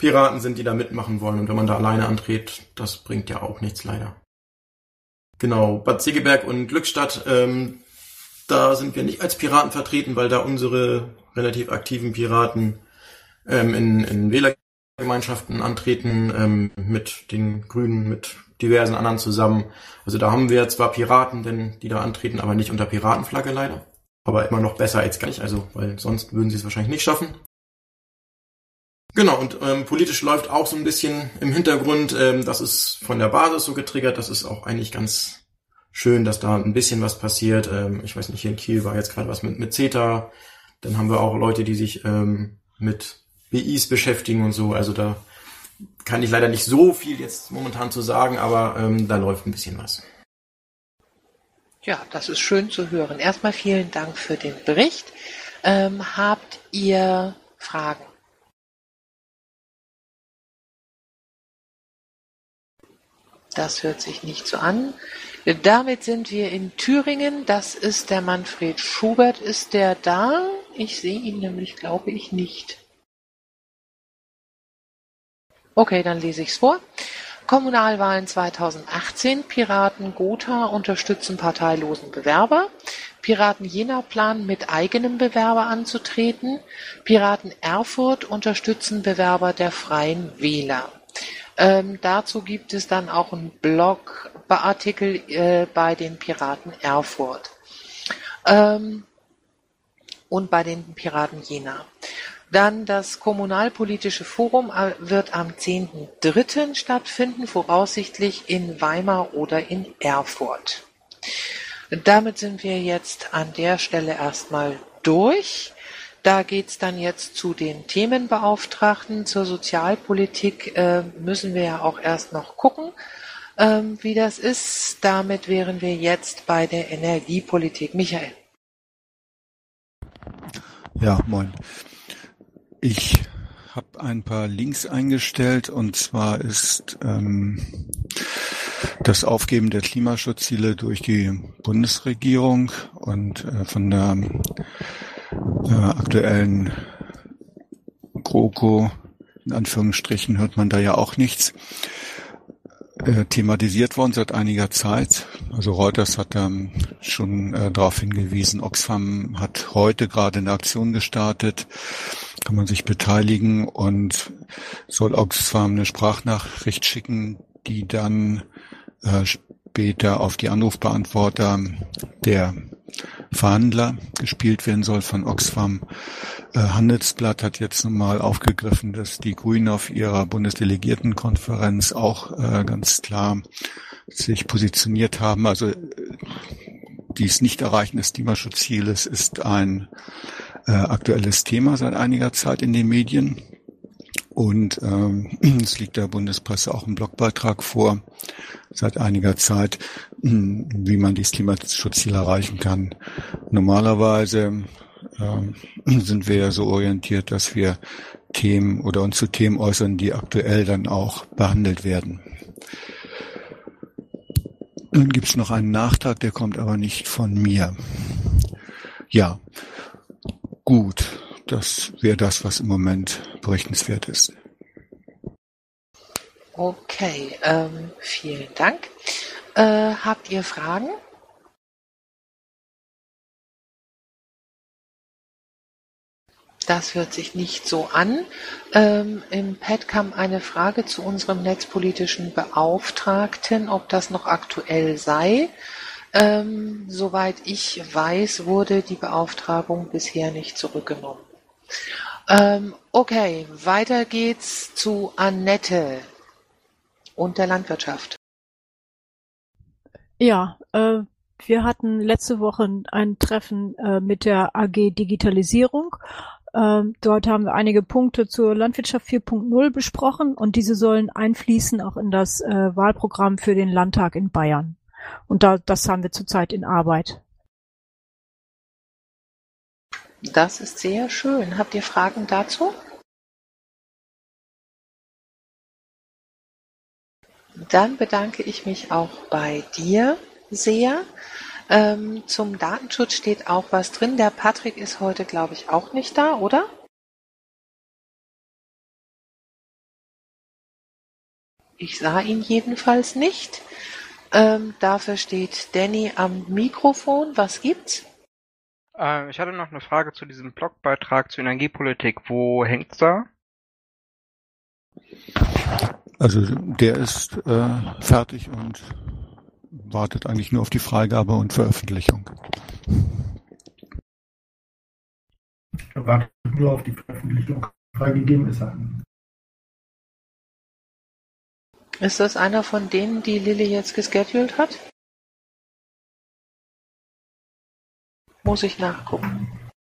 Piraten sind, die da mitmachen wollen. Und wenn man da alleine antritt, das bringt ja auch nichts leider. Genau, Bad Segeberg und Glückstadt, ähm, da sind wir nicht als Piraten vertreten, weil da unsere relativ aktiven Piraten ähm, in, in Wählergemeinschaften antreten, ähm, mit den Grünen, mit diversen anderen zusammen. Also da haben wir zwar Piraten, denn die da antreten, aber nicht unter Piratenflagge leider. Aber immer noch besser als gar nicht, also weil sonst würden sie es wahrscheinlich nicht schaffen. Genau, und ähm, politisch läuft auch so ein bisschen im Hintergrund, ähm, das ist von der Basis so getriggert, das ist auch eigentlich ganz schön, dass da ein bisschen was passiert. Ähm, ich weiß nicht, hier in Kiel war jetzt gerade was mit, mit CETA, dann haben wir auch Leute, die sich ähm, mit B Is beschäftigen und so, also da kann ich leider nicht so viel jetzt momentan zu sagen, aber ähm, da läuft ein bisschen was. Ja, das ist schön zu hören. Erstmal vielen Dank für den Bericht. Ähm, habt ihr Fragen? Das hört sich nicht so an. Damit sind wir in Thüringen. Das ist der Manfred Schubert. Ist der da? Ich sehe ihn nämlich, glaube ich, nicht. Okay, dann lese ich es vor. Kommunalwahlen zweitausendachtzehn. Piraten Gotha unterstützen parteilosen Bewerber. Piraten Jena planen mit eigenem Bewerber anzutreten. Piraten Erfurt unterstützen Bewerber der Freien Wähler. Ähm, dazu gibt es dann auch einen Blogartikel äh, bei den Piraten Erfurt ähm, und bei den Piraten Jena. Dann das Kommunalpolitische Forum wird am zehnten dritten stattfinden, voraussichtlich in Weimar oder in Erfurt. Damit sind wir jetzt an der Stelle erstmal durch. Da geht's dann jetzt zu den Themenbeauftragten. Zur Sozialpolitik äh, müssen wir ja auch erst noch gucken, ähm, wie das ist. Damit wären wir jetzt bei der Energiepolitik. Michael. Ja, moin. Ich habe ein paar Links eingestellt, und zwar ist ähm, das Aufgeben der Klimaschutzziele durch die Bundesregierung und äh, von der äh, aktuellen GroKo, in Anführungsstrichen, hört man da ja auch nichts, äh, thematisiert worden seit einiger Zeit. Also Reuters hat ähm, schon äh, darauf hingewiesen, Oxfam hat heute gerade eine Aktion gestartet, kann man sich beteiligen, und soll Oxfam eine Sprachnachricht schicken, die dann äh, später auf die Anrufbeantworter der Verhandler gespielt werden soll von Oxfam. Äh, Handelsblatt hat jetzt nochmal aufgegriffen, dass die Grünen auf ihrer Bundesdelegiertenkonferenz auch äh, ganz klar sich positioniert haben. Also äh, dies Nicht-Erreichen des Klimaschutzzieles ist ein äh, aktuelles Thema seit einiger Zeit in den Medien. Und ähm, es liegt der Bundespresse auch ein Blogbeitrag vor, seit einiger Zeit, wie man dieses Klimaschutzziel erreichen kann. Normalerweise ähm, sind wir ja so orientiert, dass wir Themen oder uns zu Themen äußern, die aktuell dann auch behandelt werden. Dann gibt es noch einen Nachtrag, der kommt aber nicht von mir. Ja, gut. Das wäre das, was im Moment berichtenswert ist. Okay, ähm, vielen Dank. Äh, habt ihr Fragen? Das hört sich nicht so an. Ähm, im Pad kam eine Frage zu unserem netzpolitischen Beauftragten, ob das noch aktuell sei. Ähm, soweit ich weiß, wurde die Beauftragung bisher nicht zurückgenommen. Ähm, okay, weiter geht's zu Annette und der Landwirtschaft. Ja, äh, wir hatten letzte Woche ein Treffen äh, mit der A G Digitalisierung. Ähm, dort haben wir einige Punkte zur Landwirtschaft vier Punkt null besprochen, und diese sollen einfließen auch in das äh, Wahlprogramm für den Landtag in Bayern. Und da, das haben wir zurzeit in Arbeit. Das ist sehr schön. Habt ihr Fragen dazu? Dann bedanke ich mich auch bei dir sehr. Ähm, zum Datenschutz steht auch was drin. Der Patrick ist heute, glaube ich, auch nicht da, oder? Ich sah ihn jedenfalls nicht. Ähm, dafür steht Danny am Mikrofon. Was gibt's? Äh, ich hatte noch eine Frage zu diesem Blogbeitrag zur Energiepolitik. Wo hängt's da? Also der ist äh, fertig und wartet eigentlich nur auf die Freigabe und Veröffentlichung. Er wartet nur auf die Veröffentlichung. Freigegeben ist er. Ist das einer von denen, die Lilly jetzt gescheduled hat? Muss ich nachgucken.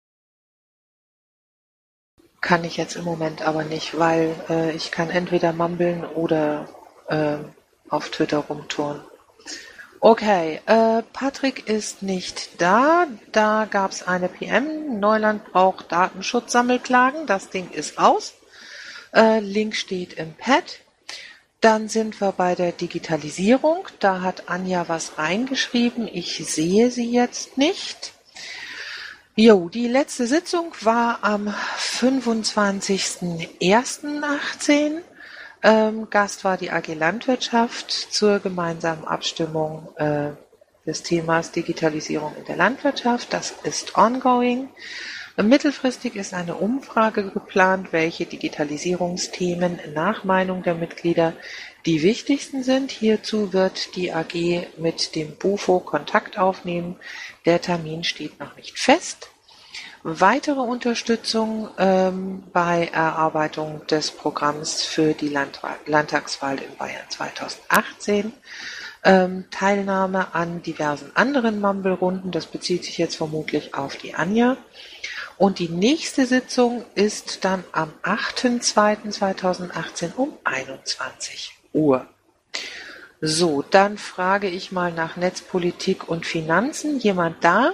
Kann ich jetzt im Moment aber nicht, weil äh, ich kann entweder mumbeln oder äh, auf Twitter rumtouren. Okay, äh, Patrick ist nicht da. Da gab es eine P M. Neuland braucht Datenschutzsammelklagen. Das Ding ist aus. Äh, Link steht im Pad. Dann sind wir bei der Digitalisierung. Da hat Anja was reingeschrieben. Ich sehe sie jetzt nicht. Jo, die letzte Sitzung war am fünfundzwanzigsten ersten achtzehn. Ähm, Gast war die A G Landwirtschaft zur gemeinsamen Abstimmung äh, des Themas Digitalisierung in der Landwirtschaft. Das ist ongoing. Mittelfristig ist eine Umfrage geplant, welche Digitalisierungsthemen nach Meinung der Mitglieder die wichtigsten sind. Hierzu wird die A G mit dem Bufo Kontakt aufnehmen. Der Termin steht noch nicht fest. Weitere Unterstützung ähm, bei Erarbeitung des Programms für die Land- Landtagswahl in Bayern zweitausendachtzehn. Ähm, Teilnahme an diversen anderen Mumble-Runden, das bezieht sich jetzt vermutlich auf die Anja. Und die nächste Sitzung ist dann am achten zweiten zweitausendachtzehn um einundzwanzig Uhr. So, dann frage ich mal nach Netzpolitik und Finanzen. Jemand da?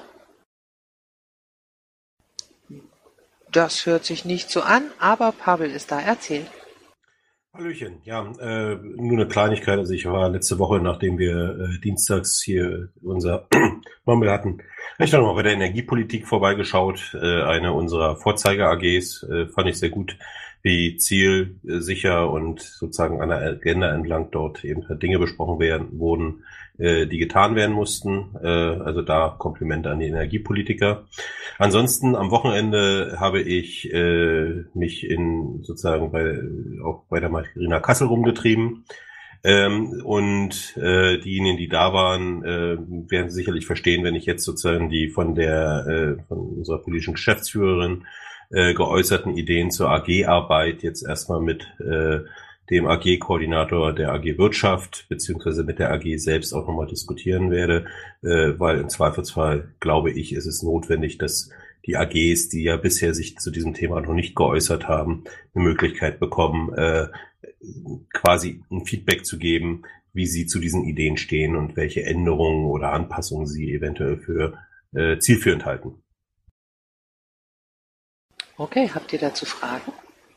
Das hört sich nicht so an, aber Pavel ist da. Erzählt. Hallöchen, ja, äh, nur eine Kleinigkeit. Also ich war letzte Woche, nachdem wir äh, dienstags hier unser Mumble hatten, habe ich dann noch mal bei der Energiepolitik vorbeigeschaut. Äh, eine unserer Vorzeige-A Gs äh, fand ich sehr gut, wie zielsicher und sozusagen an der Agenda entlang dort eben Dinge besprochen werden wurden, äh, die getan werden mussten. Äh, also da Komplimente an die Energiepolitiker. Ansonsten am Wochenende habe ich äh, mich in sozusagen bei auch bei der Marina Kassel rumgetrieben. Ähm, und äh, diejenigen, die da waren, äh, werden sicherlich verstehen, wenn ich jetzt sozusagen die von der äh, von unserer politischen Geschäftsführerin äh, geäußerten Ideen zur A G-Arbeit jetzt erstmal mit äh, dem A G-Koordinator der A G Wirtschaft beziehungsweise mit der A G selbst auch nochmal diskutieren werde, äh, weil im Zweifelsfall, glaube ich, ist es notwendig, dass die A Gs, die ja bisher sich zu diesem Thema noch nicht geäußert haben, eine Möglichkeit bekommen, äh, quasi ein Feedback zu geben, wie sie zu diesen Ideen stehen und welche Änderungen oder Anpassungen sie eventuell für äh, zielführend halten. Okay, habt ihr dazu Fragen?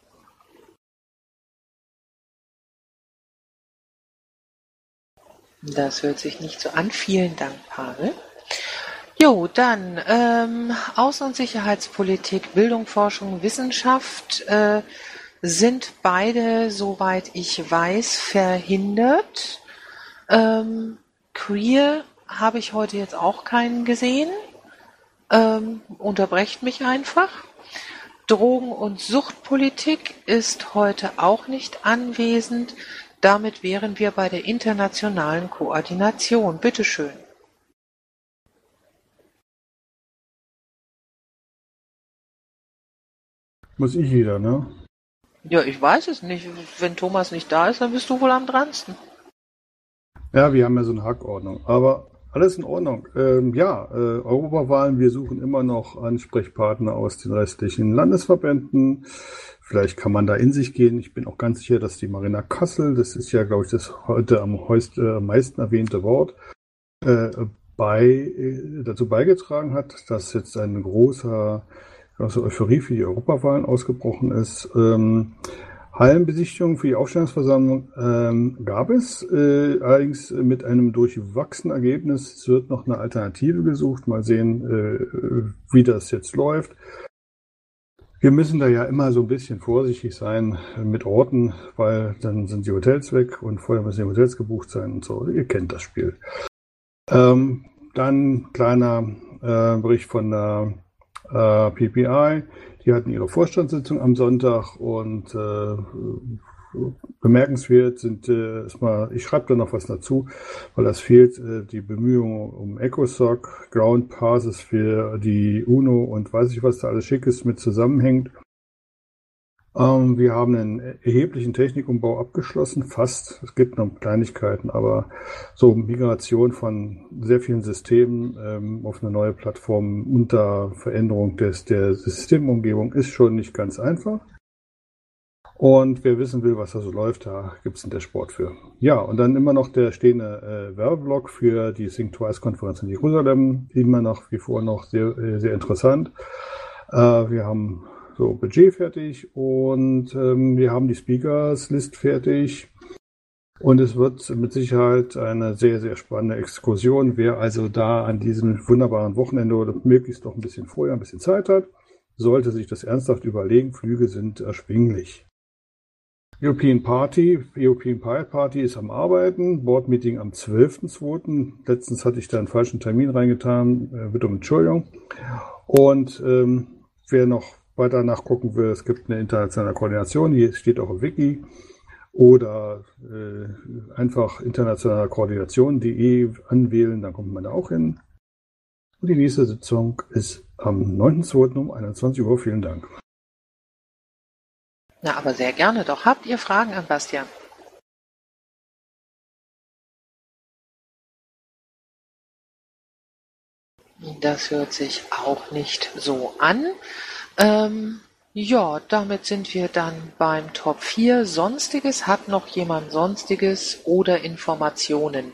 Das hört sich nicht so an. Vielen Dank, Pavel. Jo, dann ähm, Außen- und Sicherheitspolitik, Bildung, Forschung, Wissenschaft äh, sind beide, soweit ich weiß, verhindert. Ähm, Queer habe ich heute jetzt auch keinen gesehen. Ähm, unterbrecht mich einfach. Drogen- und Suchtpolitik ist heute auch nicht anwesend. Damit wären wir bei der internationalen Koordination. Bitte schön. Muss ich wieder, ne? Ja, ich weiß es nicht. Wenn Thomas nicht da ist, dann bist du wohl am dransten. Ja, wir haben ja so eine Hackordnung. Aber alles in Ordnung. Ähm, ja, äh, Europawahlen, wir suchen immer noch Ansprechpartner aus den restlichen Landesverbänden. Vielleicht kann man da in sich gehen. Ich bin auch ganz sicher, dass die Marina Kassel, das ist ja, glaube ich, das heute am heust, äh, meisten erwähnte Wort, äh, bei, äh, dazu beigetragen hat, dass jetzt ein großer, große Euphorie für die Europawahlen ausgebrochen ist. Ähm, Hallenbesichtigung für die Aufstellungsversammlung ähm, gab es, äh, allerdings mit einem durchwachsenen Ergebnis. Es wird noch eine Alternative gesucht. Mal sehen, äh, wie das jetzt läuft. Wir müssen da ja immer so ein bisschen vorsichtig sein mit Orten, weil dann sind die Hotels weg und vorher müssen die Hotels gebucht sein und so. Ihr kennt das Spiel. Ähm, dann kleiner äh, Bericht von der äh, P P I. Die hatten ihre Vorstandssitzung am Sonntag und äh, bemerkenswert sind äh, erstmal, ich schreibe da noch was dazu, weil das fehlt, äh, die Bemühungen um ECOSOC, Ground Passes für die UNO und weiß ich, was da alles Schickes mit zusammenhängt. Ähm, wir haben einen erheblichen Technikumbau abgeschlossen, fast. Es gibt noch Kleinigkeiten, aber so Migration von sehr vielen Systemen ähm, auf eine neue Plattform unter Veränderung des, der Systemumgebung ist schon nicht ganz einfach. Und wer wissen will, was da so läuft, da gibt es einen Dashboard für. Ja, und dann immer noch der stehende äh, Werbeblock für die Think Twice-Konferenz in Jerusalem. Immer noch wie vor noch sehr, sehr interessant. Äh, wir haben so Budget fertig und ähm, wir haben die Speakers-List fertig. Und es wird mit Sicherheit eine sehr, sehr spannende Exkursion. Wer also da an diesem wunderbaren Wochenende oder möglichst noch ein bisschen vorher ein bisschen Zeit hat, sollte sich das ernsthaft überlegen. Flüge sind erschwinglich. European Party, European Pi Party ist am Arbeiten, Board-Meeting am zwölften zweiten Letztens hatte ich da einen falschen Termin reingetan, äh, bitte um Entschuldigung. Und ähm, wer noch weiter nachgucken will, es gibt eine internationale Koordination, die steht auch im Wiki. Oder äh, einfach internationale Koordination punkt de anwählen, dann kommt man da auch hin. Und die nächste Sitzung ist am neunten zweiten um einundzwanzig Uhr. Vielen Dank. Na, aber sehr gerne doch. Habt ihr Fragen an Bastian? Das hört sich auch nicht so an. Ähm, ja, damit sind wir dann beim Top vier. Sonstiges. Hat noch jemand Sonstiges oder Informationen?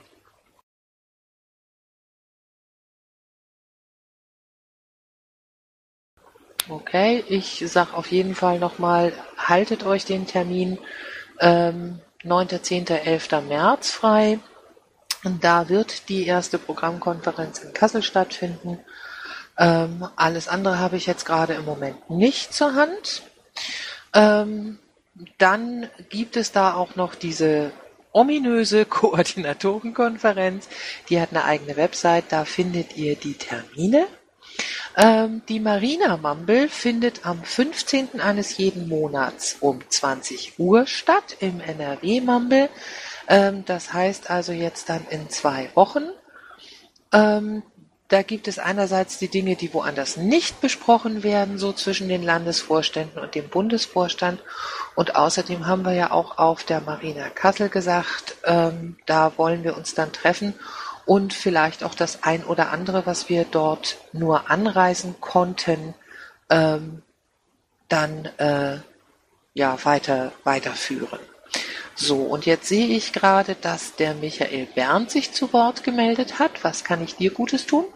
Okay, ich sag auf jeden Fall nochmal, haltet euch den Termin ähm, neunter zehnter elfter März frei. Und da wird die erste Programmkonferenz in Kassel stattfinden. Ähm, alles andere habe ich jetzt gerade im Moment nicht zur Hand. Ähm, dann gibt es da auch noch diese ominöse Koordinatorenkonferenz. Die hat eine eigene Website, da findet ihr die Termine. Ähm, die Marina Mumble findet am fünfzehnten eines jeden Monats um zwanzig Uhr statt im N R W Mumble. Ähm, das heißt also jetzt dann in zwei Wochen. Ähm, da gibt es einerseits die Dinge, die woanders nicht besprochen werden, so zwischen den Landesvorständen und dem Bundesvorstand. Und außerdem haben wir ja auch auf der Marina Kassel gesagt, ähm, da wollen wir uns dann treffen und vielleicht auch das ein oder andere, was wir dort nur anreisen konnten, ähm, dann äh, ja weiter weiterführen. So, und jetzt sehe ich gerade, dass der Michael Berndt sich zu Wort gemeldet hat. Was kann ich dir Gutes tun?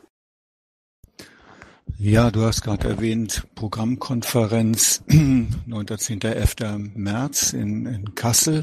Ja, du hast gerade erwähnt, Programmkonferenz neunter zehnter elfter März in, in Kassel.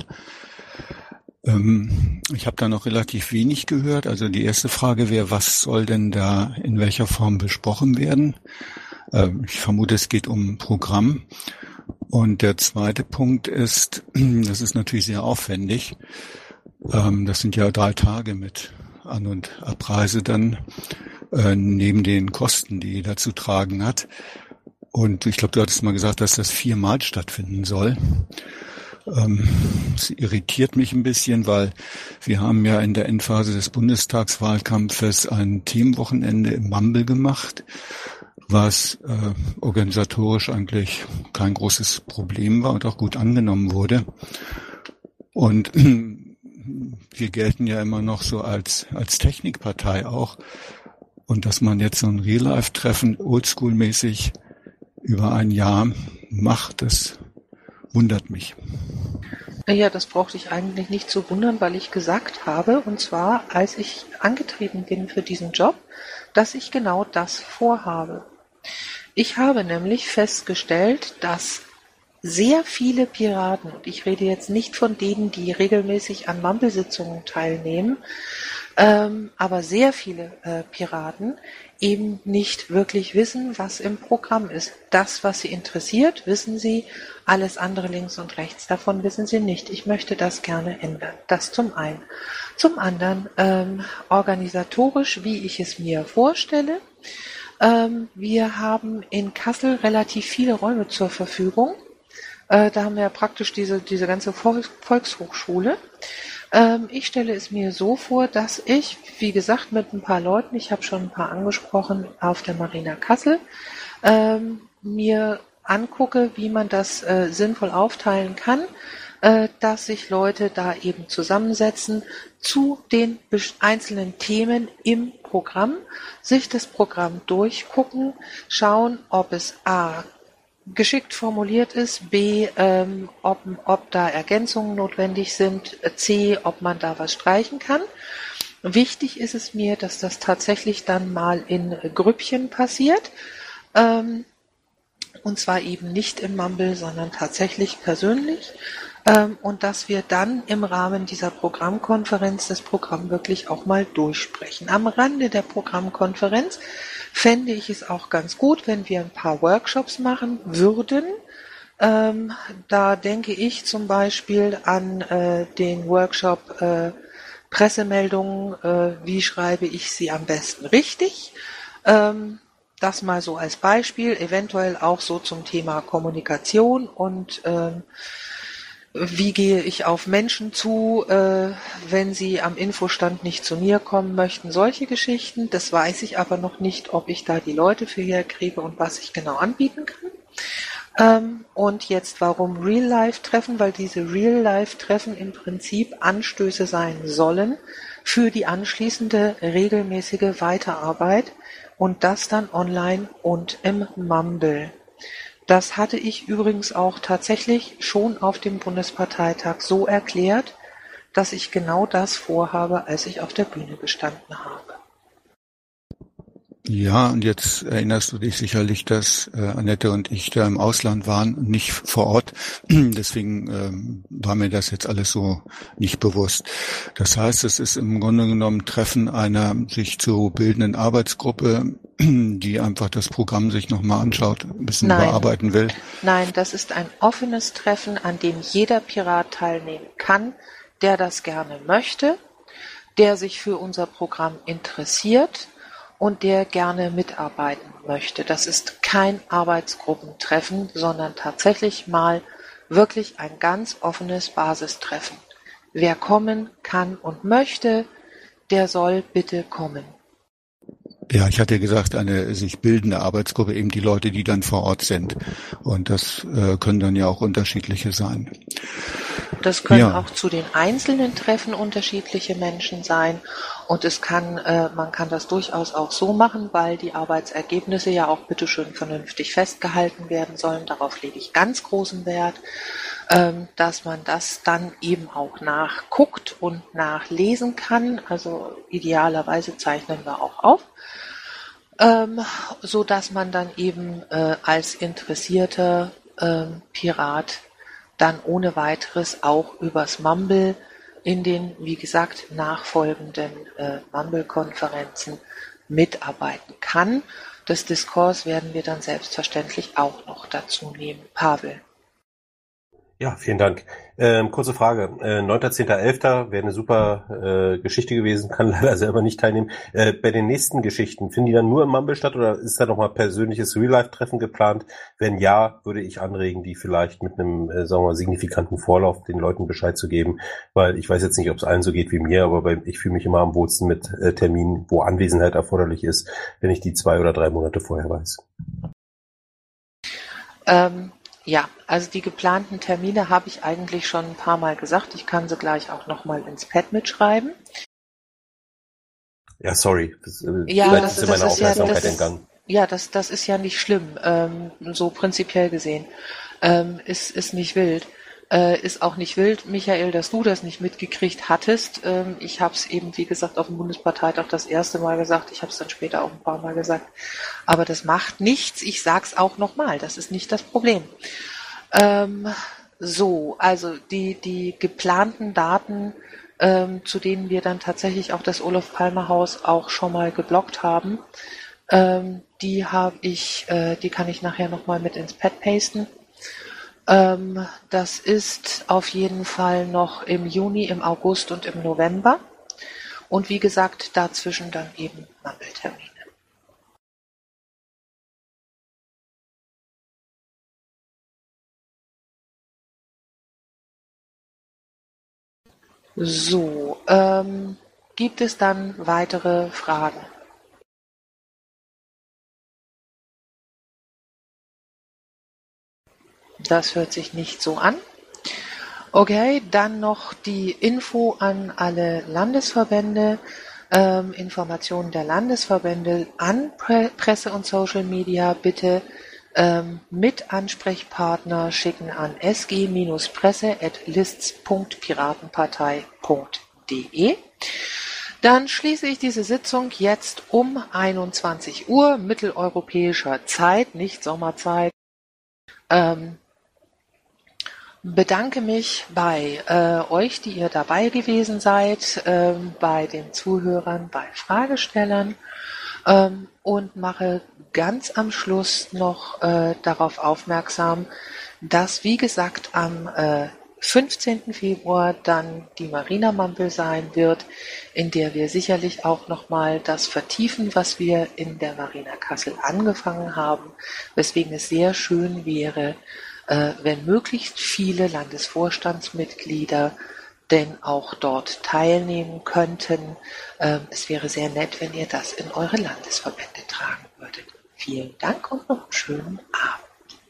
Ähm, ich habe da noch relativ wenig gehört. Also die erste Frage wäre, was soll denn da in welcher Form besprochen werden? Ähm, ich vermute, es geht um Programm. Und der zweite Punkt ist, das ist natürlich sehr aufwendig. Ähm, das sind ja drei Tage mit An- und Abreise dann, äh, neben den Kosten, die jeder zu tragen hat. Und ich glaube, du hattest mal gesagt, dass das viermal stattfinden soll. Ähm, das irritiert mich ein bisschen, weil wir haben ja in der Endphase des Bundestagswahlkampfes ein Themenwochenende im Mumble gemacht, was äh, organisatorisch eigentlich kein großes Problem war und auch gut angenommen wurde. Und wir gelten ja immer noch so als als Technikpartei auch. Und dass man jetzt so ein Real-Life-Treffen oldschool-mäßig über ein Jahr macht, das wundert mich. Ja, das brauchte ich eigentlich nicht zu wundern, weil ich gesagt habe, und zwar, als ich angetreten bin für diesen Job, dass ich genau das vorhabe. Ich habe nämlich festgestellt, dass sehr viele Piraten, und ich rede jetzt nicht von denen, die regelmäßig an Mumble-Sitzungen teilnehmen, ähm, aber sehr viele äh, Piraten eben nicht wirklich wissen, was im Programm ist. Das, was sie interessiert, wissen sie, alles andere links und rechts davon wissen sie nicht. Ich möchte das gerne ändern. Das zum einen. Zum anderen ähm, organisatorisch, wie ich es mir vorstelle. Ähm, wir haben in Kassel relativ viele Räume zur Verfügung. Äh, da haben wir ja praktisch diese, diese ganze Volks- Volkshochschule. Ähm, ich stelle es mir so vor, dass ich, wie gesagt, mit ein paar Leuten, ich habe schon ein paar angesprochen, auf der Marina Kassel, ähm, mir angucke, wie man das äh, sinnvoll aufteilen kann, äh, dass sich Leute da eben zusammensetzen zu den einzelnen Themen im Programm, sich das Programm durchgucken, schauen, ob es A geschickt formuliert ist, B, ähm, ob, ob da Ergänzungen notwendig sind, C, ob man da was streichen kann. Wichtig ist es mir, dass das tatsächlich dann mal in Grüppchen passiert, ähm, und zwar eben nicht im Mumble, sondern tatsächlich persönlich, ähm, und dass wir dann im Rahmen dieser Programmkonferenz das Programm wirklich auch mal durchsprechen. Am Rande der Programmkonferenz fände ich es auch ganz gut, wenn wir ein paar Workshops machen würden. Ähm, da denke ich zum Beispiel an äh, den Workshop äh, Pressemeldungen, äh, wie schreibe ich sie am besten richtig. Ähm, das mal so als Beispiel, eventuell auch so zum Thema Kommunikation und ähm, wie gehe ich auf Menschen zu, äh, wenn sie am Infostand nicht zu mir kommen möchten, solche Geschichten. Das weiß ich aber noch nicht, ob ich da die Leute für herkriege und was ich genau anbieten kann. Ähm, und jetzt warum Real-Life-Treffen? Weil diese Real-Life-Treffen im Prinzip Anstöße sein sollen für die anschließende regelmäßige Weiterarbeit und das dann online und im Mumble. Das hatte ich übrigens auch tatsächlich schon auf dem Bundesparteitag so erklärt, dass ich genau das vorhabe, als ich auf der Bühne gestanden habe. Ja, und jetzt erinnerst du dich sicherlich, dass äh, Annette und ich da im Ausland waren, nicht vor Ort. Deswegen ähm, war mir das jetzt alles so nicht bewusst. Das heißt, es ist im Grunde genommen Treffen einer sich zu bildenden Arbeitsgruppe, die einfach das Programm sich nochmal anschaut, ein bisschen Nein. bearbeiten will. Nein, das ist ein offenes Treffen, an dem jeder Pirat teilnehmen kann, der das gerne möchte, der sich für unser Programm interessiert und der gerne mitarbeiten möchte. Das ist kein Arbeitsgruppentreffen, sondern tatsächlich mal wirklich ein ganz offenes Basistreffen. Wer kommen kann und möchte, der soll bitte kommen. Ja, ich hatte gesagt, eine sich bildende Arbeitsgruppe, eben die Leute, die dann vor Ort sind. Und das äh, können dann ja auch unterschiedliche sein. Das können ja. auch zu den einzelnen Treffen unterschiedliche Menschen sein. Und es kann, äh, man kann das durchaus auch so machen, weil die Arbeitsergebnisse ja auch bitteschön vernünftig festgehalten werden sollen. Darauf lege ich ganz großen Wert, ähm, dass man das dann eben auch nachguckt und nachlesen kann. Also idealerweise zeichnen wir auch auf. Ähm, so dass man dann eben äh, als interessierter ähm, Pirat dann ohne weiteres auch übers Mumble in den, wie gesagt, nachfolgenden äh, Mumble-Konferenzen mitarbeiten kann. Das Diskurs werden wir dann selbstverständlich auch noch dazu nehmen. Pavel. Ja, vielen Dank. Ähm, kurze Frage. Äh, neunter zehnter elfter wäre eine super äh, Geschichte gewesen, kann leider selber nicht teilnehmen. Äh, bei den nächsten Geschichten, finden die dann nur im Mumble statt oder ist da nochmal persönliches Real-Life-Treffen geplant? Wenn ja, würde ich anregen, die vielleicht mit einem, äh, sagen wir mal, signifikanten Vorlauf den Leuten Bescheid zu geben, weil ich weiß jetzt nicht, ob es allen so geht wie mir, aber bei, ich fühle mich immer am wohlsten mit äh, Terminen, wo Anwesenheit erforderlich ist, wenn ich die zwei oder drei Monate vorher weiß. Ähm, Ja, also die geplanten Termine habe ich eigentlich schon ein paar Mal gesagt. Ich kann sie gleich auch nochmal ins Pad mitschreiben. Ja, sorry. Das, äh, Ja, vielleicht das, ist das meine ist ja, Aufmerksamkeit das, entgangen. ja, das, das ist ja nicht schlimm, ähm, so prinzipiell gesehen. Ähm, ist, ist nicht wild. Äh, ist auch nicht wild, Michael, dass du das nicht mitgekriegt hattest. Ähm, ich habe es eben, wie gesagt, auf dem Bundesparteitag das erste Mal gesagt. Ich habe es dann später auch ein paar Mal gesagt. Aber das macht nichts. Ich sag's auch nochmal. Das ist nicht das Problem. Ähm, so, also die, die geplanten Daten ähm, zu denen wir dann tatsächlich auch das Olof Palme Haus auch schon mal geblockt haben. Ähm, die habe ich, äh, die kann ich nachher nochmal mit ins Pad pasten. Ähm, das ist auf jeden Fall noch im Juni, im August und im November. Und wie gesagt, dazwischen dann eben Mumble-Termine. So, ähm, gibt es dann weitere Fragen? Das hört sich nicht so an. Okay, dann noch die Info an alle Landesverbände. Ähm, Informationen der Landesverbände an Pre- Presse und Social Media bitte ähm, mit Ansprechpartner schicken an s g presse at lists punkt piratenpartei punkt de. Dann schließe ich diese Sitzung jetzt um einundzwanzig Uhr mitteleuropäischer Zeit, nicht Sommerzeit. Ähm, bedanke mich bei äh, euch, die ihr dabei gewesen seid, ähm, bei den Zuhörern, bei Fragestellern ähm, und mache ganz am Schluss noch äh, darauf aufmerksam, dass, wie gesagt, am äh, fünfzehnten Februar dann die Marina Mumble sein wird, in der wir sicherlich auch nochmal das vertiefen, was wir in der Marina Kassel angefangen haben, weswegen es sehr schön wäre, äh, wenn möglichst viele Landesvorstandsmitglieder denn auch dort teilnehmen könnten. Ähm, es wäre sehr nett, wenn ihr das in eure Landesverbände tragen würdet. Vielen Dank und noch einen schönen Abend.